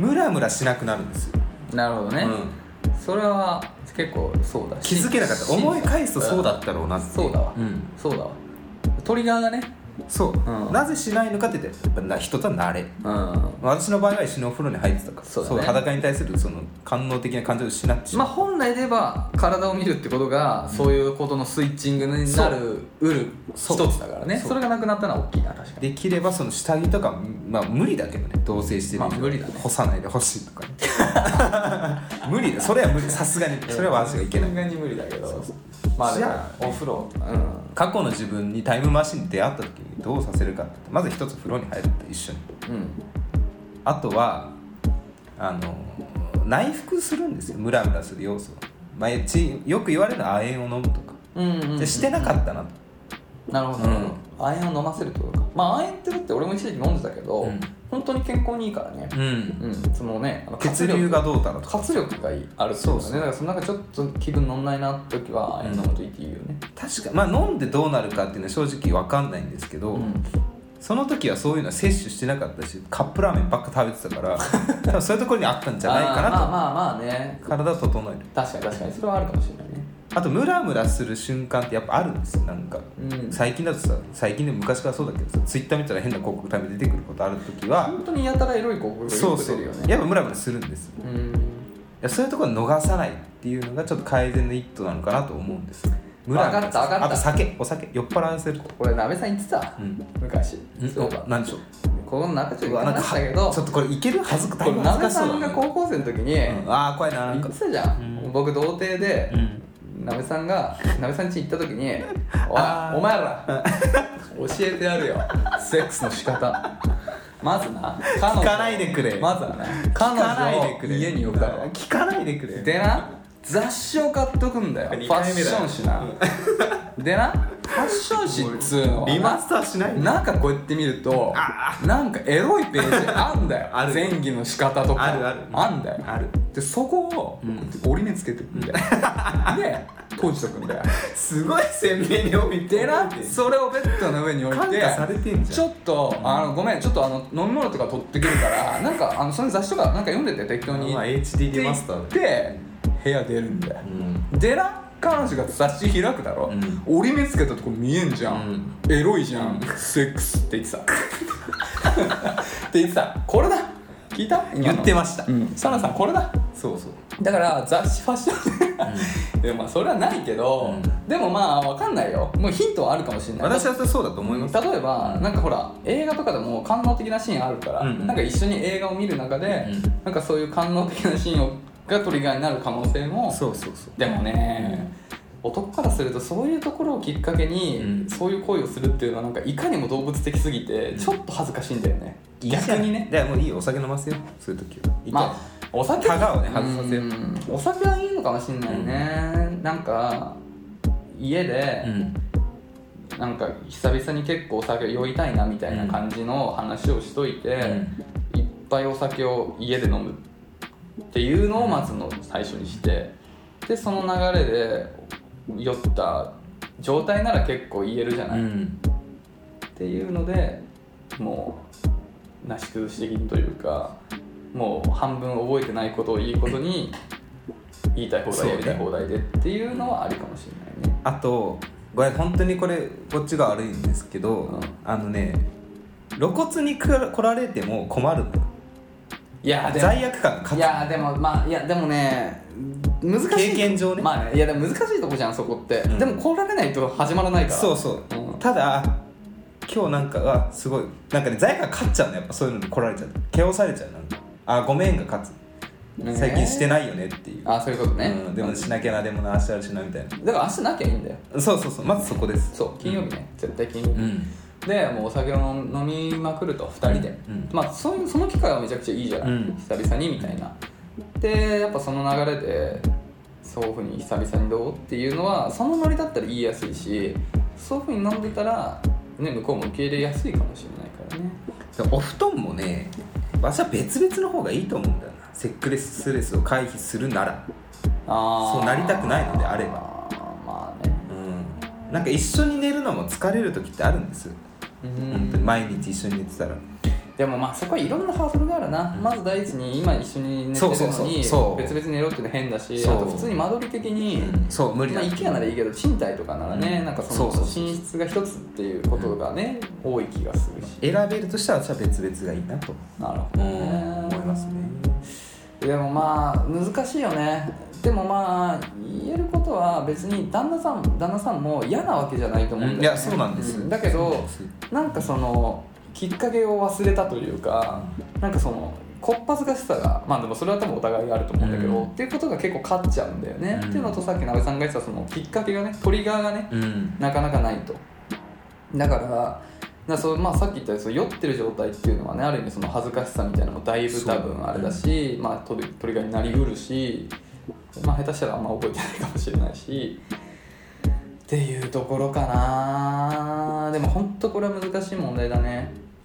ムラムラしなくなるんですよ。 なるほどね、うん、それは結構そうだ。 気づけなかった。思い返すとそうだったろうなって。 そうだわ、うん、そうだわ。トリガーがね。 そう、うん、なぜしないのかって言ってやっぱ人とは慣れ、うん、私の場合は一緒にお風呂に入ってたからそう、ね、そう裸に対するその官能的な感情をしなってしまう。 まあ本来で言えば体を見るってことが、うん、そういうことのスイッチングになるうる一つだからね。 そ, それがなくなったのは大きいな。確かにできればその下着とか、まあ無理だけどね同棲してる、 まあ、無理だね。 干さないでほしいとか、ね、無理だ。それは無理。さすがにそれは私がいけない。 さすがに無理だけど。そうそうまあじゃあお風呂、うん、 過去の自分にタイムマシンに出会った時にどうさせるかってまず一つ風呂に入るって一緒に、うん、あとはあの内服するんですよ。ムラムラする要素、まあ、ちよく言われるのは亜鉛を飲むとか、うんうんうんうん、じゃしてなかったな。 なるほど、うん、亜鉛を飲ませるってことか。まあ亜鉛ってだって俺も一時期飲んでたけど、うん、 本当に健康にいいからね。 うん、 うん、そのね、 血流がどうだろうとか活力があるっていうかね。だからそのなんかちょっと気分乗んないなって時は飲むといいっていうよね。 確かまあ飲んでどうなるかっていうのは正直わかんないんですけど、うん、その時はそういうのは摂取してなかったし、カップラーメンばっか食べてたから多分そういうところにあったんじゃないかなと。 まあまあまあね、 体を整える。 確かに確かにそれはあるかもしれないね。 あとムラムラする瞬間ってやっぱあるんですよ。なんか、うん、最近だとさ、最近で昔からそうだけどさ、ツイッター見たら変な広告ため出てくることある時は本当にやたらエロい広告がよく出るよね。 そうそう、やっぱムラムラするんですよ。うん、いやそういうところ逃さないっていうのがちょっと改善の一途なのかなと思うんですよ。 分かった分かった。 あと酒、お酒酔っ払わせる。 これなべさん言ってた、うん、昔。 うん、そうか。何でしょう。 この中ちょっと話したけど、 ちょっとこれいけるはずか。 これなべさんが高校生の時に、 うん、ああ怖いな、 言ってたじゃん、うん、僕童貞で、うんなべさんがなべさん家行った時に「おいお前ら教えてやるよセックスの仕方」まずな彼女聞かないでくれ。 まずはね彼女を家に呼ぶだろ。 聞かないでくれ。 でな雑誌を買っとくんだよ。ファッション誌な、うん、でなファッション誌っつうのはリマスターしない。 なんかこうやって見るとなんかエロいページあんだよある。 前戯の仕方とかあるあるあんだよ。 ある。 でそこを、うん、折り目つけてくんだよで閉じとくんだよ。 すごい鮮明に帯びてなそれをベッドの上に置いてされてんじゃん。 ちょっとあのごめんちょっとあの飲み物とか取ってくるからなんかあのその雑誌とかなんか読んでて適当に、 まあ、エイチディー リマスターで部屋出るんだよ、うん、でな彼女が雑誌開くだろ、うん、折り目つけたとこ見えんじゃん、うん、エロいじゃん、うん、セックスって言ってたって言ってた。これだ聞いた言ってました。 サナさんこれだ。 そうそうだから雑誌ファッションでもまあそれはないけど、うん、でもまあ分かんないよ。もうヒントはあるかもしれない。 私はそうだと思います。 例えばなんかほら映画とかでも官能的なシーンあるから、うん、なんか一緒に映画を見る中で、うん、なんかそういう官能的なシーンをがトリガーになる可能性も。 そうそうそう。 でもね、うん、男からするとそういうところをきっかけに、うん、そういう行為をするっていうのはなんかいかにも動物的すぎてちょっと恥ずかしいんだよね、うん、逆にね。 でもういいよ、お酒飲ますよそういう時は。 まあお酒タガをね外させよう。 お酒はいいのかもしれないね、うん、なんか家で、うん、なんか久々に結構お酒酔いたいなみたいな感じの話をしといて、うん、いっぱいお酒を家で飲むっていうのをまずの最初にして、でその流れで酔った状態なら結構言えるじゃない、うん、っていうのでもうなし崩し的にというかもう半分覚えてないことをいいことに言いたい放題やりたい放題でっていうのはありかもしれないね。 あとこれ本当にこれこっちが悪いんですけど、うん、あのね露骨に来られても困るの。 いやでも罪悪感が。 いやでもまあいやでもね難しい経験上ね。 まあねいやでも難しいとこじゃんそこって、うん、でも来られないと始まらないから。 そうそう、うん、ただ今日なんかはすごいなんかね罪悪感勝っちゃうのやっぱそういうので来られちゃう蹴落されちゃう。なんかあごめんが勝つ、ね、最近してないよねっていう。 あそういうことね、 うん、でもしなきゃなでもな明日あるしなみたいな。 だから明日なきゃいいんだよ。 そうそうそうまずそこです。 そう金曜日ね、うん、絶対金曜日、うんでもうお酒を飲みまくるとふたりで、うん、まあそういうその機会はめちゃくちゃいいじゃない、うん、久々にみたいな。でやっぱその流れでそういうふうに久々にどうっていうのはそのノリだったら言いやすいし、そういうふうに飲んでたら、ね、向こうも受け入れやすいかもしれないからね。 お布団もね私は別々の方がいいと思うんだよな。セックレスストレスを回避するなら。あそうなりたくないのであればまあね、 うん、なんか一緒に寝るのも疲れる時ってあるんですよ。本当に毎日一緒に寝てたら。 でもまあそこはいろんなハードルがあるな、うん、まず第一に今一緒に寝てるのに別々寝ろっていうの変だし、あと普通に間取り的に、うん、そう無理だ、まあ、IKEA ならいいけど賃貸とかならね、うん、なんかその寝室が一つっていうことがね、うん、多い気がするし選べるとしたら私は別々がいいなとなるほど、ね、 思いますね。 でもまあ難しいよね。でもまあ言えることは別に旦那さん旦那さんも嫌なわけじゃないと思うんだよね、うん、いやそうなんです、 うん、だけどなんかそのきっかけを忘れたというか、なんかそのこっぱずかしさがまあでもそれは多分お互いあると思うんだけど、うん、っていうことが結構勝っちゃうんだよね、うん、っていうのとさっき鍋さんが言ってたそのきっかけがねトリガーがね、うん、なかなかないと。だからだそうまあ、さっき言ったように酔ってる状態っていうのはねある意味その恥ずかしさみたいなのもだいぶ多分あれだし、まあ、トリ、トリガーになりうるし、まあ、下手したらあんま覚えてないかもしれないしっていうところかな。でも本当これは難しい問題だね。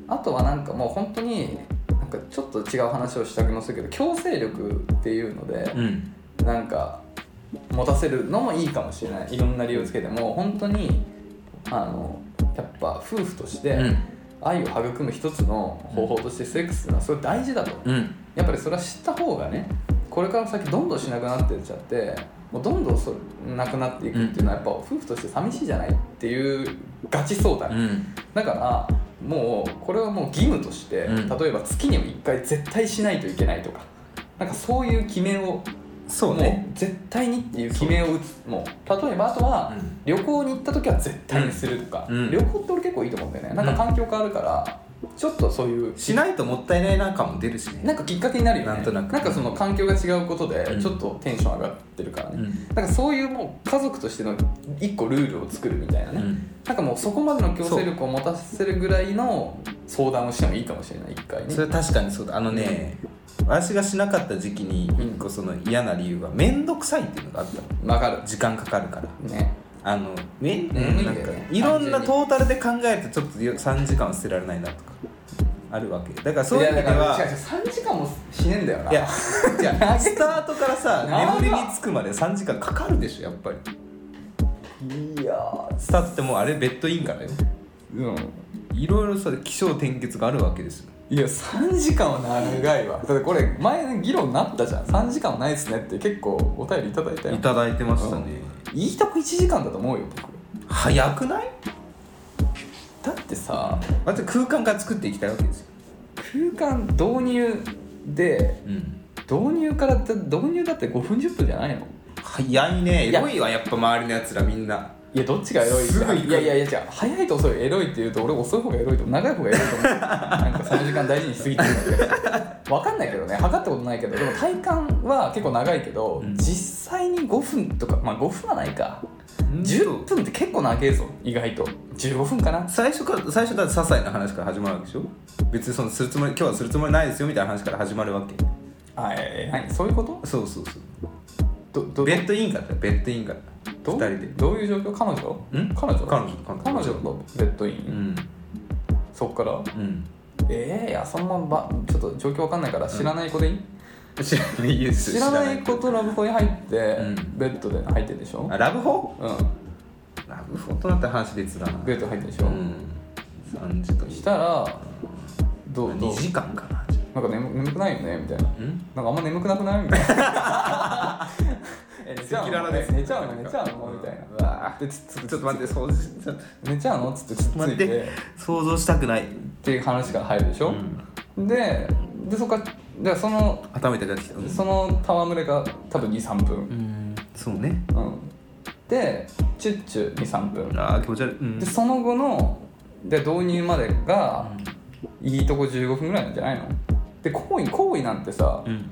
あとはなんかもう本当になんかちょっと違う話をしたくもするけど強制力っていうので、うん、なんか持たせるのもいいかもしれない。いろんな理由をつけても本当にあのやっぱ夫婦として愛を育む一つの方法としてセックスっていうのはすごい大事だと、うん、やっぱりそれは知った方がねこれから先どんどんしなくなってっちゃってもうどんどんそなくなっていくっていうのはやっぱ夫婦として寂しいじゃないっていうガチ相談、うん、だからもうこれはもう義務として、うん、例えば月にもいっかい絶対しないといけないとかなんかそういう決めをそうね、もう絶対にっていう決めを打つ。もう例えばあとは、うん、旅行に行った時は絶対にするとか、うん、旅行って俺結構いいと思うんだよね。なんか環境変わるから、うん、ちょっとそういうしないともったいないな感も出るしね。 なんかきっかけになるよね。 なんとなくなんかその環境が違うことでちょっとテンション上がってるからね、うん、なんかそういうもう家族としての一個ルールを作るみたいなね、うん、なんかもうそこまでの強制力を持たせるぐらいの相談をしてもいいかもしれない。一回ね。 それ確かにそうだ。あのね、うん私がしなかった時期に一個その嫌な理由は面倒くさいっていうのがあったの。 分かる。 時間かかるからね。あのめん、 ね、 なんかいろんなトータルで考えるとちょっとさんじかんは捨てられないなとかあるわけだからそういう意味ではさんじかんもしねえんだよな。 いやじゃあスタートからさ眠りにつくまでさんじかんかかるでしょやっぱり。いやスタートってもうあれベッドインからよ。うんいろいろさ起承転結があるわけですよ。 いやさんじかんは長いわ。だってこれ前議論になったじゃん。さんじかんはないですねって結構お便りいただいたよ。 いただいてましたね、 うん、いいとこいちじかんだと思うよ僕。 早くない？ だってさまず空間から作っていきたいわけですよ。 空間導入で、うん、導入から導入だってごふんじゅっぷんじゃないの？ 早いね。エロいわやっぱ周りのやつらみんな。 いやどっちがエロいっていやいやいやじゃあ早いと遅いエロいって言うと俺遅い方がエロいと長い方がエロいと思うなんかその時間大事にしすぎてるんだけど分かんないけどね測ったことないけどでも体感は結構長いけど、うん、実際にごふんとかまあごふんはないかじゅっぷんって結構長いぞ意外とじゅうごふんかな。 最初から最初だって些細な話から始まるわけでしょ。別にそのするつもり今日はするつもりないですよみたいな話から始まるわけ。 あえー、何そういうこと？ そうそうそうどどベッドインからだよベッドインからふたりでどういう状況？彼女？ ん？ 彼女？ 彼女彼女とベッドイン、うん、そっから、うん、えー、いやそんなばちょっと状況わかんないから知らない子でいい？ うん、知らないです知らない子とラブホに入って、うん、ベッドで入ってるでしょ。 あラブホ？ うんラブホとなったら話別だな。 ベッド入ってるでしょ、うん、 さんじとしたらどうにじかんかな。 なんか 眠, 眠くないよねみたいな。なんかあんま眠くなくないみたいなえ寝ちゃうの寝ちゃうの寝ちゃうのみたいな。うわでつつちょっと待って想像しちゃった寝ちゃうのっつってつっついて想像したくないっていう話から入るでしょ、うん、ででそこからその頭痛くなってきた、 うん、その戯れが多分 にさんぷん、うん、 そうね、 うん、でチュッチュ にさんぷんあー気持ち悪い、うん、 でその後ので導入までが、うん、いいとこじゅうごふんぐらいなんじゃないの。で行為行為なんてさ、うん、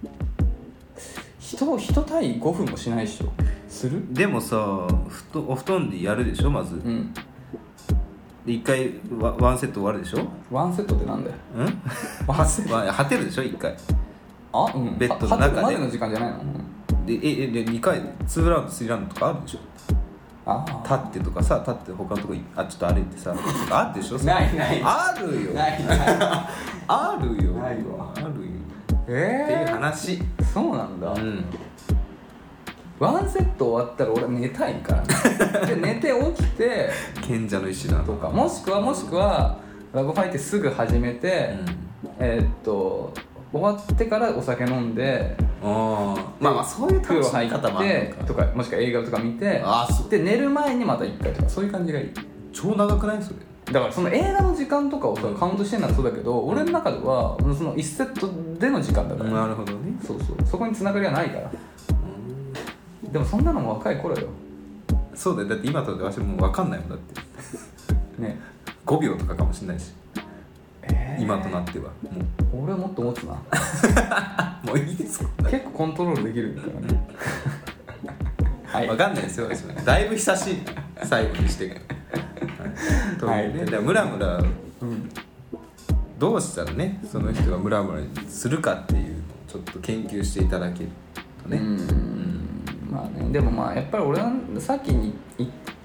人人対ごふんもしないでしょ。する？ でもさふとお布団でやるでしょまず、うん、でいっかいワワンセット終わるでしょ。 ワンセットってなんだよ。 うんワンセット果てるでしょいっかい。 あ、うん、 ベッドの中で果てるまでの時間じゃないの、 うん、でえでにかいツーラウンドスリーラウンドとかあるでしょ。 あ立ってとかさ立って他のとこあちょっと歩いてさあるでしょ。 ないないあるよないないあるよないわあるよえー、 っていう話。 そうなんだ、 うん、 ワンセット終わったら俺寝たいからで寝て起きて賢者の石だとかもしくはもしくはラブファイってすぐ始めて、うん、えー、っと終わってからお酒飲んであまあまあそういう楽しみ方もあるとかもしくは映画とか見てあで寝る前にまたいっかいとかそういう感じがいい。 超長くないそれ。 だからその映画の時間とかをさカウントしてんならそうだけど、うん、俺の中ではそのいちセットでの時間だから、 なるほどね。 そうそうそこに繋がりはないから、うん、でもそんなのも若い頃よ。 そうだよだって今とで私もう分かんないもんだってねごびょうとかかもしれないし、えー、今となってはもう俺はもっと持つなもういいですか結構コントロールできるからねはい、分かんないですよだいぶ久しい最後にしてるはい、ね、だからムラムラ、うん、どうしたらねその人がムラムラするかっていうのをちょっと研究していただけるとね。うん、 うんまあねでもまあやっぱり俺はさっきに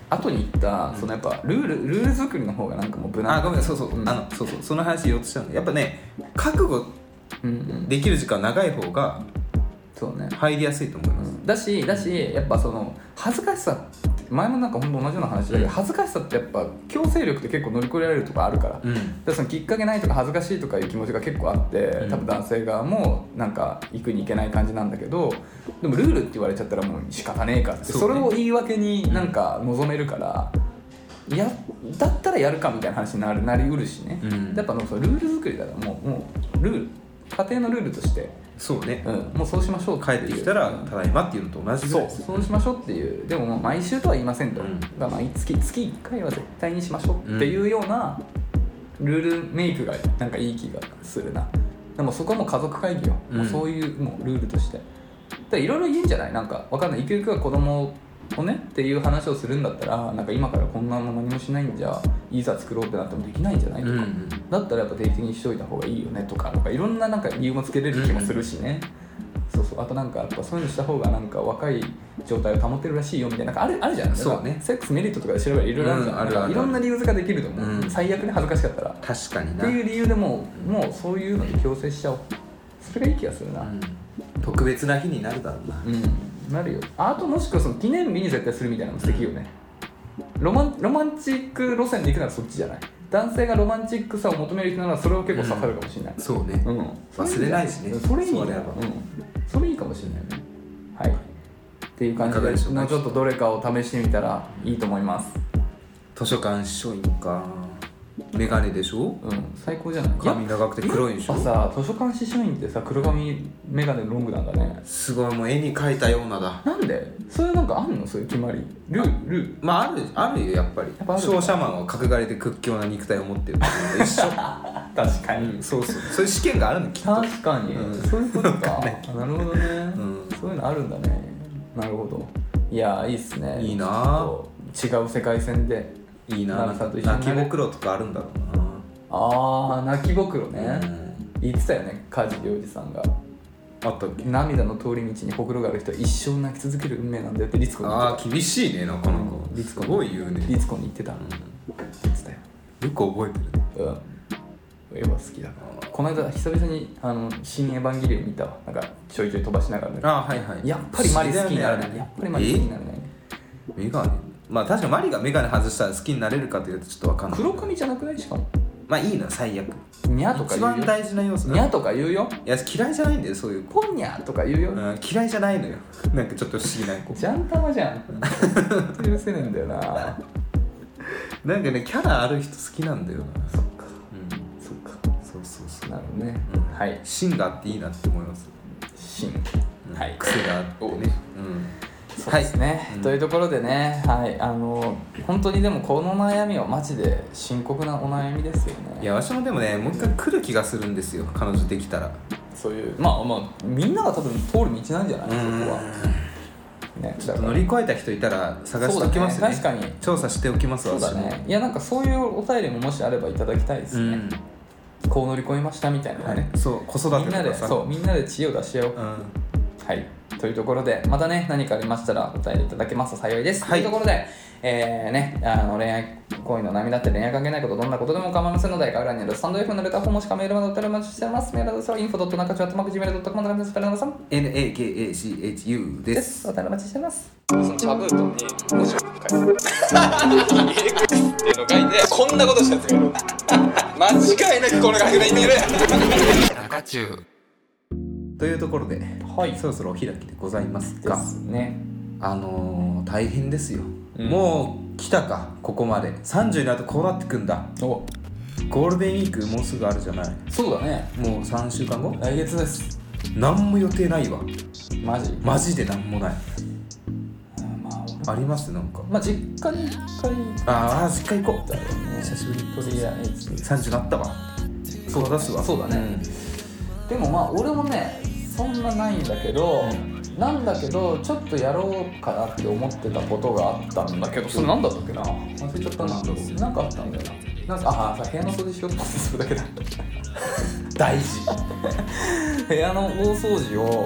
後に言った、うん、そのやっぱルールルール作りの方がなんかもう無難。 あごめんそうそう、うん、あのそうそうその話言おうとしたんだやっぱね覚悟できる時間長い方がそうね入りやすいと思います、うん、 だしだしやっぱその恥ずかしさ前もなんか本当同じような話だけど、うん、恥ずかしさってやっぱ強制力って結構乗り越えられるとかあるから、うん、でそのきっかけないとか恥ずかしいとかいう気持ちが結構あって、うん、多分男性側もなんか行くに行けない感じなんだけどでもルールって言われちゃったらもう仕方ねえかって そ,、ね、それを言い訳になんか望めるから、うん、やだったらやるかみたいな話になるなりうるしね、うん、やっぱそのルール作りだからもう、もうルール家庭のルールとしてそうね、 うん、もうそうしましょう帰ってきたらただいまっていうのと同じぐらい、 そうそうしましょうっていうでももう毎週とは言いませんと、うん、だ毎月月いっかいは絶対にしましょうっていうようなルールメイクがなんかいい気がするな。でもそこはもう家族会議よ、うん、もうそういうもうルールとしていろいろ言うんじゃないなんかわかんないゆくゆくは子供をねっていう話をするんだったらなんか今からこんなの何もしないんじゃいざ作ろうってなってもできないんじゃないとか、うん、だったらやっぱ定期的にしといた方がいいよねとかなんかいろんななんか理由もつけれる気もするしね、うん、そうそうあとなんかやっぱそういうのした方がなんか若い状態を保てるらしいよみたいななんかあるあるじゃん。 そうねセックスメリットとかで調べればいろいろあるじゃん、うん、あるあるいろんな理由ができると思う、うん、最悪に恥ずかしかったら確かになっていう理由でもうもうそういうので強制しちゃおうそれがいい気がするな、うん、 特別な日になるだろうなうんなるよ。あともしくはその記念日に絶対するみたいなの素敵よね。ロマン、ロマンチック路線で行くならそっちじゃない。男性がロマンチックさを求める人ならそれは結構刺さるかもしれない、うん、 そうね、うん、忘れないしねそれいいね、うん、それいいかもしれないね。はいっていう感じでもうちょっとどれかを試してみたらいいと思います。 図書館書院かメガネでしょ、 うん、最高じゃない。 髪長くて黒いでしょ。 やっぱさ図書館司書院ってさ黒髪メガネロングなんだね。 すごいもう絵に描いたようなだ。 なんでそれなんかあんのそういう決まりルールーまああるあるよやっぱり。商社マンは角刈りで屈強な肉体を持ってるのと一緒確かに、 うん、そうそうそういう試験があるのきっと。 確かに、うん、そういうことかなるほどね、うん、そういうのあるんだね。なるほど。いやいいっすね。 いいな違う世界線でいいな。泣きぼくろとかあるんだろうな。 ああ泣きぼくろね、うん、言ってたよね梶良二さんが。 あったっけ。 涙の通り道にほくろがある人は一生泣き続ける運命なんだよってリツコに言ってた。 ああ厳しいねなかなか、うん、リツコすごい言うね。 リツコに言ってた、うん、言ってたよ。 よく覚えてるね。 うん絵は好きだから。この間久々にあの新エヴァンゲリオン見たわ。なんかちょいちょい飛ばしながらね。 あはいはい。 やっぱりマリ好きになるね。やっぱりマリ好きになるね。 メガネまあ確かにマリがメガネ外したら好きになれるかというとちょっと分かんない。 黒髪じゃなくないしかも。 まあいいの最悪。 にゃとか言うよ。 一番大事な要素。 にゃとか言うよ。 いや嫌いじゃないんだよそういう。 ポンニャとか言うよ、うん。 嫌いじゃないのよ。なんかちょっと不思議な子。 ジャンタマじゃん。許せねえんだよな。 なんかねキャラある人好きなんだよな。 そっか。うんそっか。そうそうそう。なるほどね。うん、はい。 芯があっていいなって思います。 芯。 うん、はい。癖があってね。うん。 そうですね、はい、というところでね、はい、あの本当にでもこの悩みはマジで深刻なお悩みですよね。 いや私もでもねもう一回来る気がするんですよ彼女できたら。 そういうまあまあみんなが多分通る道なんじゃないそこは、 ね、ちょっと乗り越えた人いたら探しておきますね。 確かに調査しておきますそうだね。いやなんかそういうお便りももしあればいただきたいですね、うん、こう乗り越えましたみたいなね、 はい、そう子育てとかさみんなでそうみんなで知恵を出し合おう、うん、はいというところでまたね何かありましたらお便りいただけますと幸いです、はい、というところで、えーね、あの恋愛恋の悩みだったり恋愛関係ないことどんなことでも構いませんので概要欄にあるスタンド F のレターフォームもしくはメールまでお便りお待ちしています。メールアドレスは インフォドットナカチュアットマークジーメールドットコム の感じです。ナカさんエヌエーケーエーシーエイチユー です。 お便りお待ちしています。そのチャブートに文字を書いてエクっていうのを書いてこんなことしたやつがいる間違いなくこの学年にいる中中というところで、はい、そろそろお開きでございますがですね。 あのー、大変ですよ、うん、もう来たかここまでさんじゅうになるとこうなってくんだ。おゴールデンウィークもうすぐあるじゃない。 そうだねもうさんしゅうかんご来月です。 何も予定ないわマジマジで何もない。 あ、まあ、 ありますなんかまあ実家に一回ああ実家行こうだよね久しぶりに。 とりあえずさんじゅうなったわそう出すわそうだね、うん、でもまあ俺もねそんなないんだけど、うん、なんだけどちょっとやろうかなって思ってたことがあったんだけどそれなんだったっけな忘れちゃったな。なんかあったんだよな。なんかああさ部屋の掃除しようと思ってそれだけだ大事部屋の大掃除を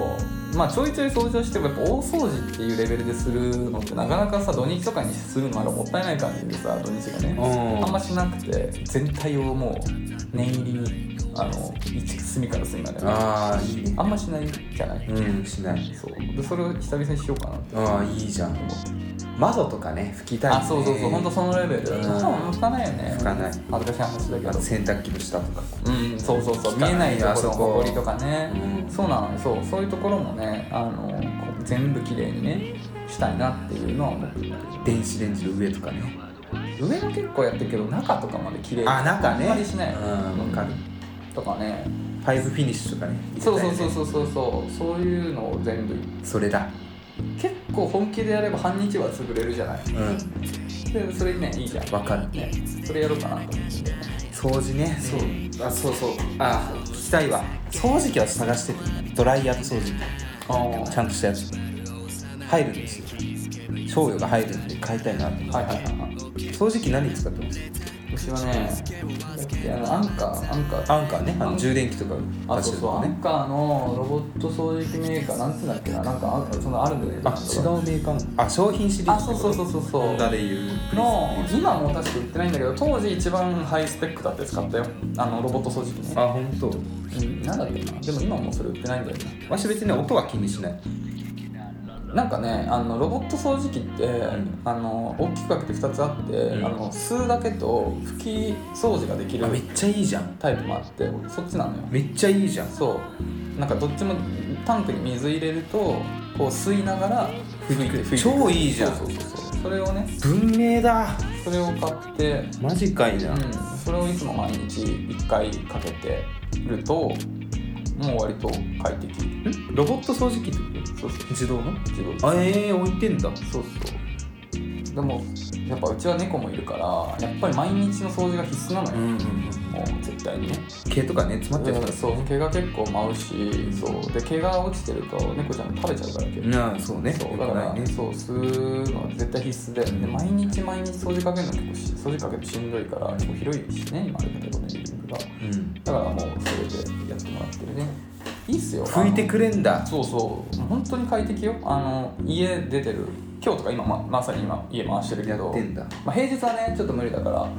まあちょいちょい掃除をしてもやっぱ大掃除っていうレベルでするのってなかなかさ土日とかにするのなんかもったいない感じでさ土日がねあんましなくて全体をもう念入りにあの一隅から隅までああいいねあんましないじゃないうんしないそうでそれを久々にしようかなってああいいじゃん窓とかね拭きたいねあそうそうそうほんとそのレベルで拭かないよね拭かない恥ずかしい話だけど洗濯機の下とかうんそうそうそう見えないところのほこりとかね、 うん、 そうなのそうそういうところもねあのこう全部きれいにねしたいなっていうのは思ってる電子レンジの上とかね上は結構やってるけど中とかまできれいにあ中ねあんまりしないうん分かるとかねファイブフィニッシュとかねそうそうそうそうそうそうそういうのを全部それだ結構本気でやれば半日は潰れるじゃないうんでそれねいいじゃん分かるねそれやろうかなと思って掃除ねそうあそうそうあ聞きたいわ掃除機は探しててドライヤーと掃除機あちゃんとしたやつ入るんですよ賞与が入るんで買いたいなと思って、 はいはいはいはい掃除機何使ってます私はねあのアンカーアンカーアンカーねあの充電器とかあそうそうアンカーのロボット掃除機メーカーなんていうんだっけななんかあそのあるんだよねあ違うメーカーのあ商品シリーズあそうそうそうそうそうホンダでいうの今も確か売ってないんだけど当時一番ハイスペックだったやつ買ったよあのロボット掃除機ねあ本当。 うんなんだっけなでも今もそれ売ってないんだよねわし別に音は気にしないなんかねあのロボット掃除機って、うん、あの大きく分けてふたつあって、うん、あの吸うだけと拭き掃除ができるめっちゃいいじゃんタイプもあってそっちなのよめっちゃいいじゃんそうなんかどっちもタンクに水入れるとこう吸いながら拭いて拭いて超いいじゃんそうそうそうそうそれをね文明だそれを買ってマジかいな、 うん、それをいつも毎日いっかいかけてるともう割と快適んロボット掃除機ってことそうそう自動の自動あええー、置いてんだそうそうでもやっぱうちは猫もいるからやっぱり毎日の掃除が必須なのよ、うんうんうん、もう絶対にね毛とかね詰まっちゃうから、 そう毛が結構舞うしそうで毛が落ちてると猫ちゃん食べちゃうから結構なあそうねそうだから、ね、そう吸うのは絶対必須で、で毎日毎日掃除かけるの結構掃除かけるとしんどいから結構広いしね今あるけどねリビングが、うん、だからもうそれでやってもらってるねいいっすよ拭いてくれんだそうそう本当に快適よあの家出てる今日とか今、ま、まさに今家回してるけどまあ、平日はねちょっと無理だから、うん、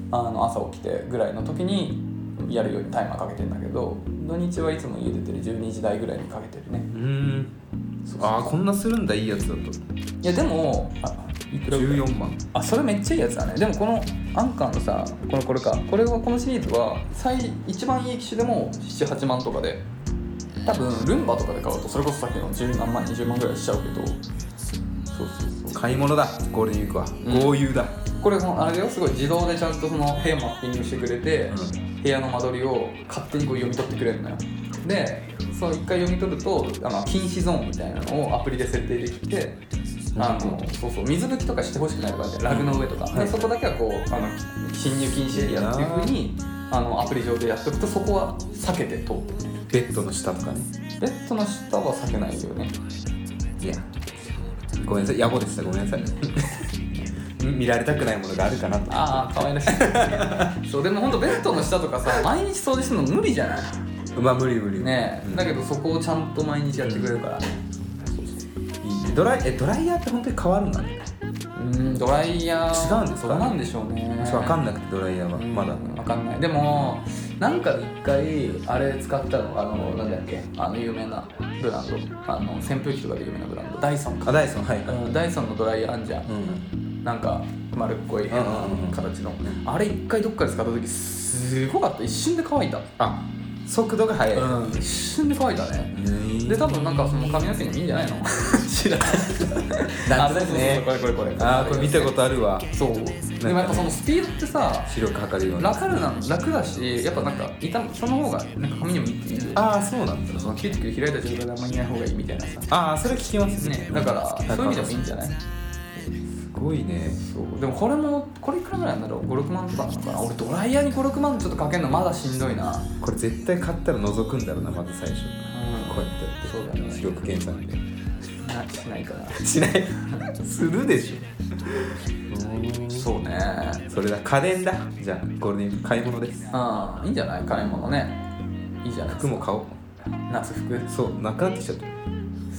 あの朝起きてぐらいの時にやるようにタイマーかけてんだけど土日はいつも家出てるじゅうにじ台ぐらいにかけてるねうんそうそうそうああこんなするんだいいやつだといやでもあいくらじゅうよんまんあそれめっちゃいいやつだねでもこのアンカーのさこのこれかこれはこのシリーズは最一番いい機種でもななはちまんとかで多分ルンバとかで買うとそれこそさっきのじゅうなんまんにじゅうまんぐらいしちゃうけどそうそうそう買い物だゴールデンウィークは、うん、豪遊だこれあれだよすごい自動でちゃんとその部屋マッピングしてくれて、うん、部屋の間取りを勝手にこう読み取ってくれるのよでそう一回読み取るとあの禁止ゾーンみたいなのをアプリで設定できてあのそうそう水拭きとかしてほしくない場合でラグの上とか、うん、でそこだけはこうあの侵入禁止エリアっていう風にあのアプリ上でやっておくとそこは避けて通ってベッドの下とかねベッドの下は避けないよねいやごめんなさい野暮でしたごめんなさい見られたくないものがあるかなとああ可愛らしいそうでもほんとベッドの下とかさ毎日掃除するの無理じゃないまあ無理無理ねえ、うん、だけどそこをちゃんと毎日やってくれるから、うん、そうそういいねドライえドライヤーって本当に変わるんだねうんドライヤー違うんですかどうなんでしょうね分かんなくてドライヤーはまだ分かんないでもなんか一回あれ使ったのあのなんだっけあの有名なブランドあの扇風機とかで有名なブランドダイソンかあダイソンはい、 うん、ダイソンのドライヤーあんじゃん、うん、なんか丸っこい変な形の、うん、あれ一回どっかで使った時すごかった一瞬で乾いたあ速度が速い、 うん、一瞬で乾いたねで多分なんかその髪の毛にもいいんじゃないの知らないなんですねこれこれこれあーこれ見たことあるわそうでもやっぱそのスピードってさ視力測るように楽な楽だしやっぱなんか痛その方がなんか髪にもいいって言うああそうなんだそのキュッキュ開いた状態であんまりいない方がいいみたいなさああそれ聞きますねだからそういう意味でもいいんじゃないすごいねそうでもこれもこれいくらぐらいなんだろうごろくまんとかなのかな俺ドライヤーにごろくまんちょっとかけるのまだしんどいなこれ絶対買ったら覗くんだろうなまず最初、 うん、 こうやってやってそうだね視力検査みたいなしないかなしないするでしょそうねそれだ家電だじゃあゴールデン買い物ですああいいんじゃない買い物ねいいじゃない服も買おう夏服そうなくなってきちゃった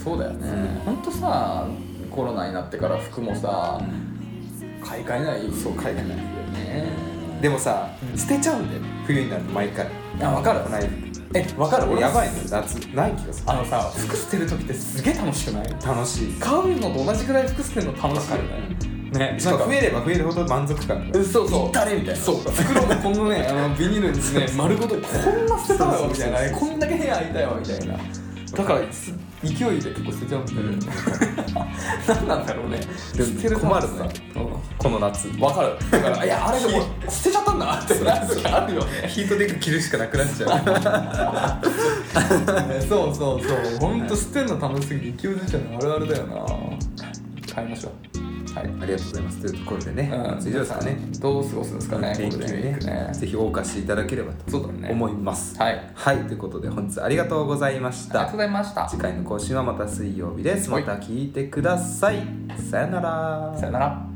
そうだよね、うん、ほんとさコロナになってから服もさ、うん、買い替えない。 そう買い替えないよね。でもさ、うん、捨てちゃうんだよね冬になると毎回。 あ分かる。 ないえ分かる。 俺やばいの夏ない気がする。 あのさ服捨てる時ってすげえ楽しくない？ 楽しい。 買うのと同じくらい服捨てるの楽しいよね。 ね、なんか増えれば増えるほど満足感がそうそういったれみたいな。 そう袋もこのねあのビニールにね丸ごとこんな捨てたよみたいなね、こんだけ部屋空いたよみたいな。だから勢いで結構捨てちゃうんだよね、うん、何なんだろうね。 捨てる困るさ、この夏わかる。だからいやあれでも捨てちゃったんだってなる時あるよね。 ヒートテック着るしかなくなっちゃうそうそうそうほんと捨てるの楽しすぎて勢い出ちゃうのあるあるだよな。買いましょう。はい、 ありがとうございます。というところでね、うん、以上ですかね。 どう過ごすんですかね、 連休ね、ねぜひ謳歌していただければと思います。 はい、 はい、ということで本日ありがとうございました。 ありがとうございました。 次回の更新はまた水曜日です。また聞いてください。さよなら。 さよなら。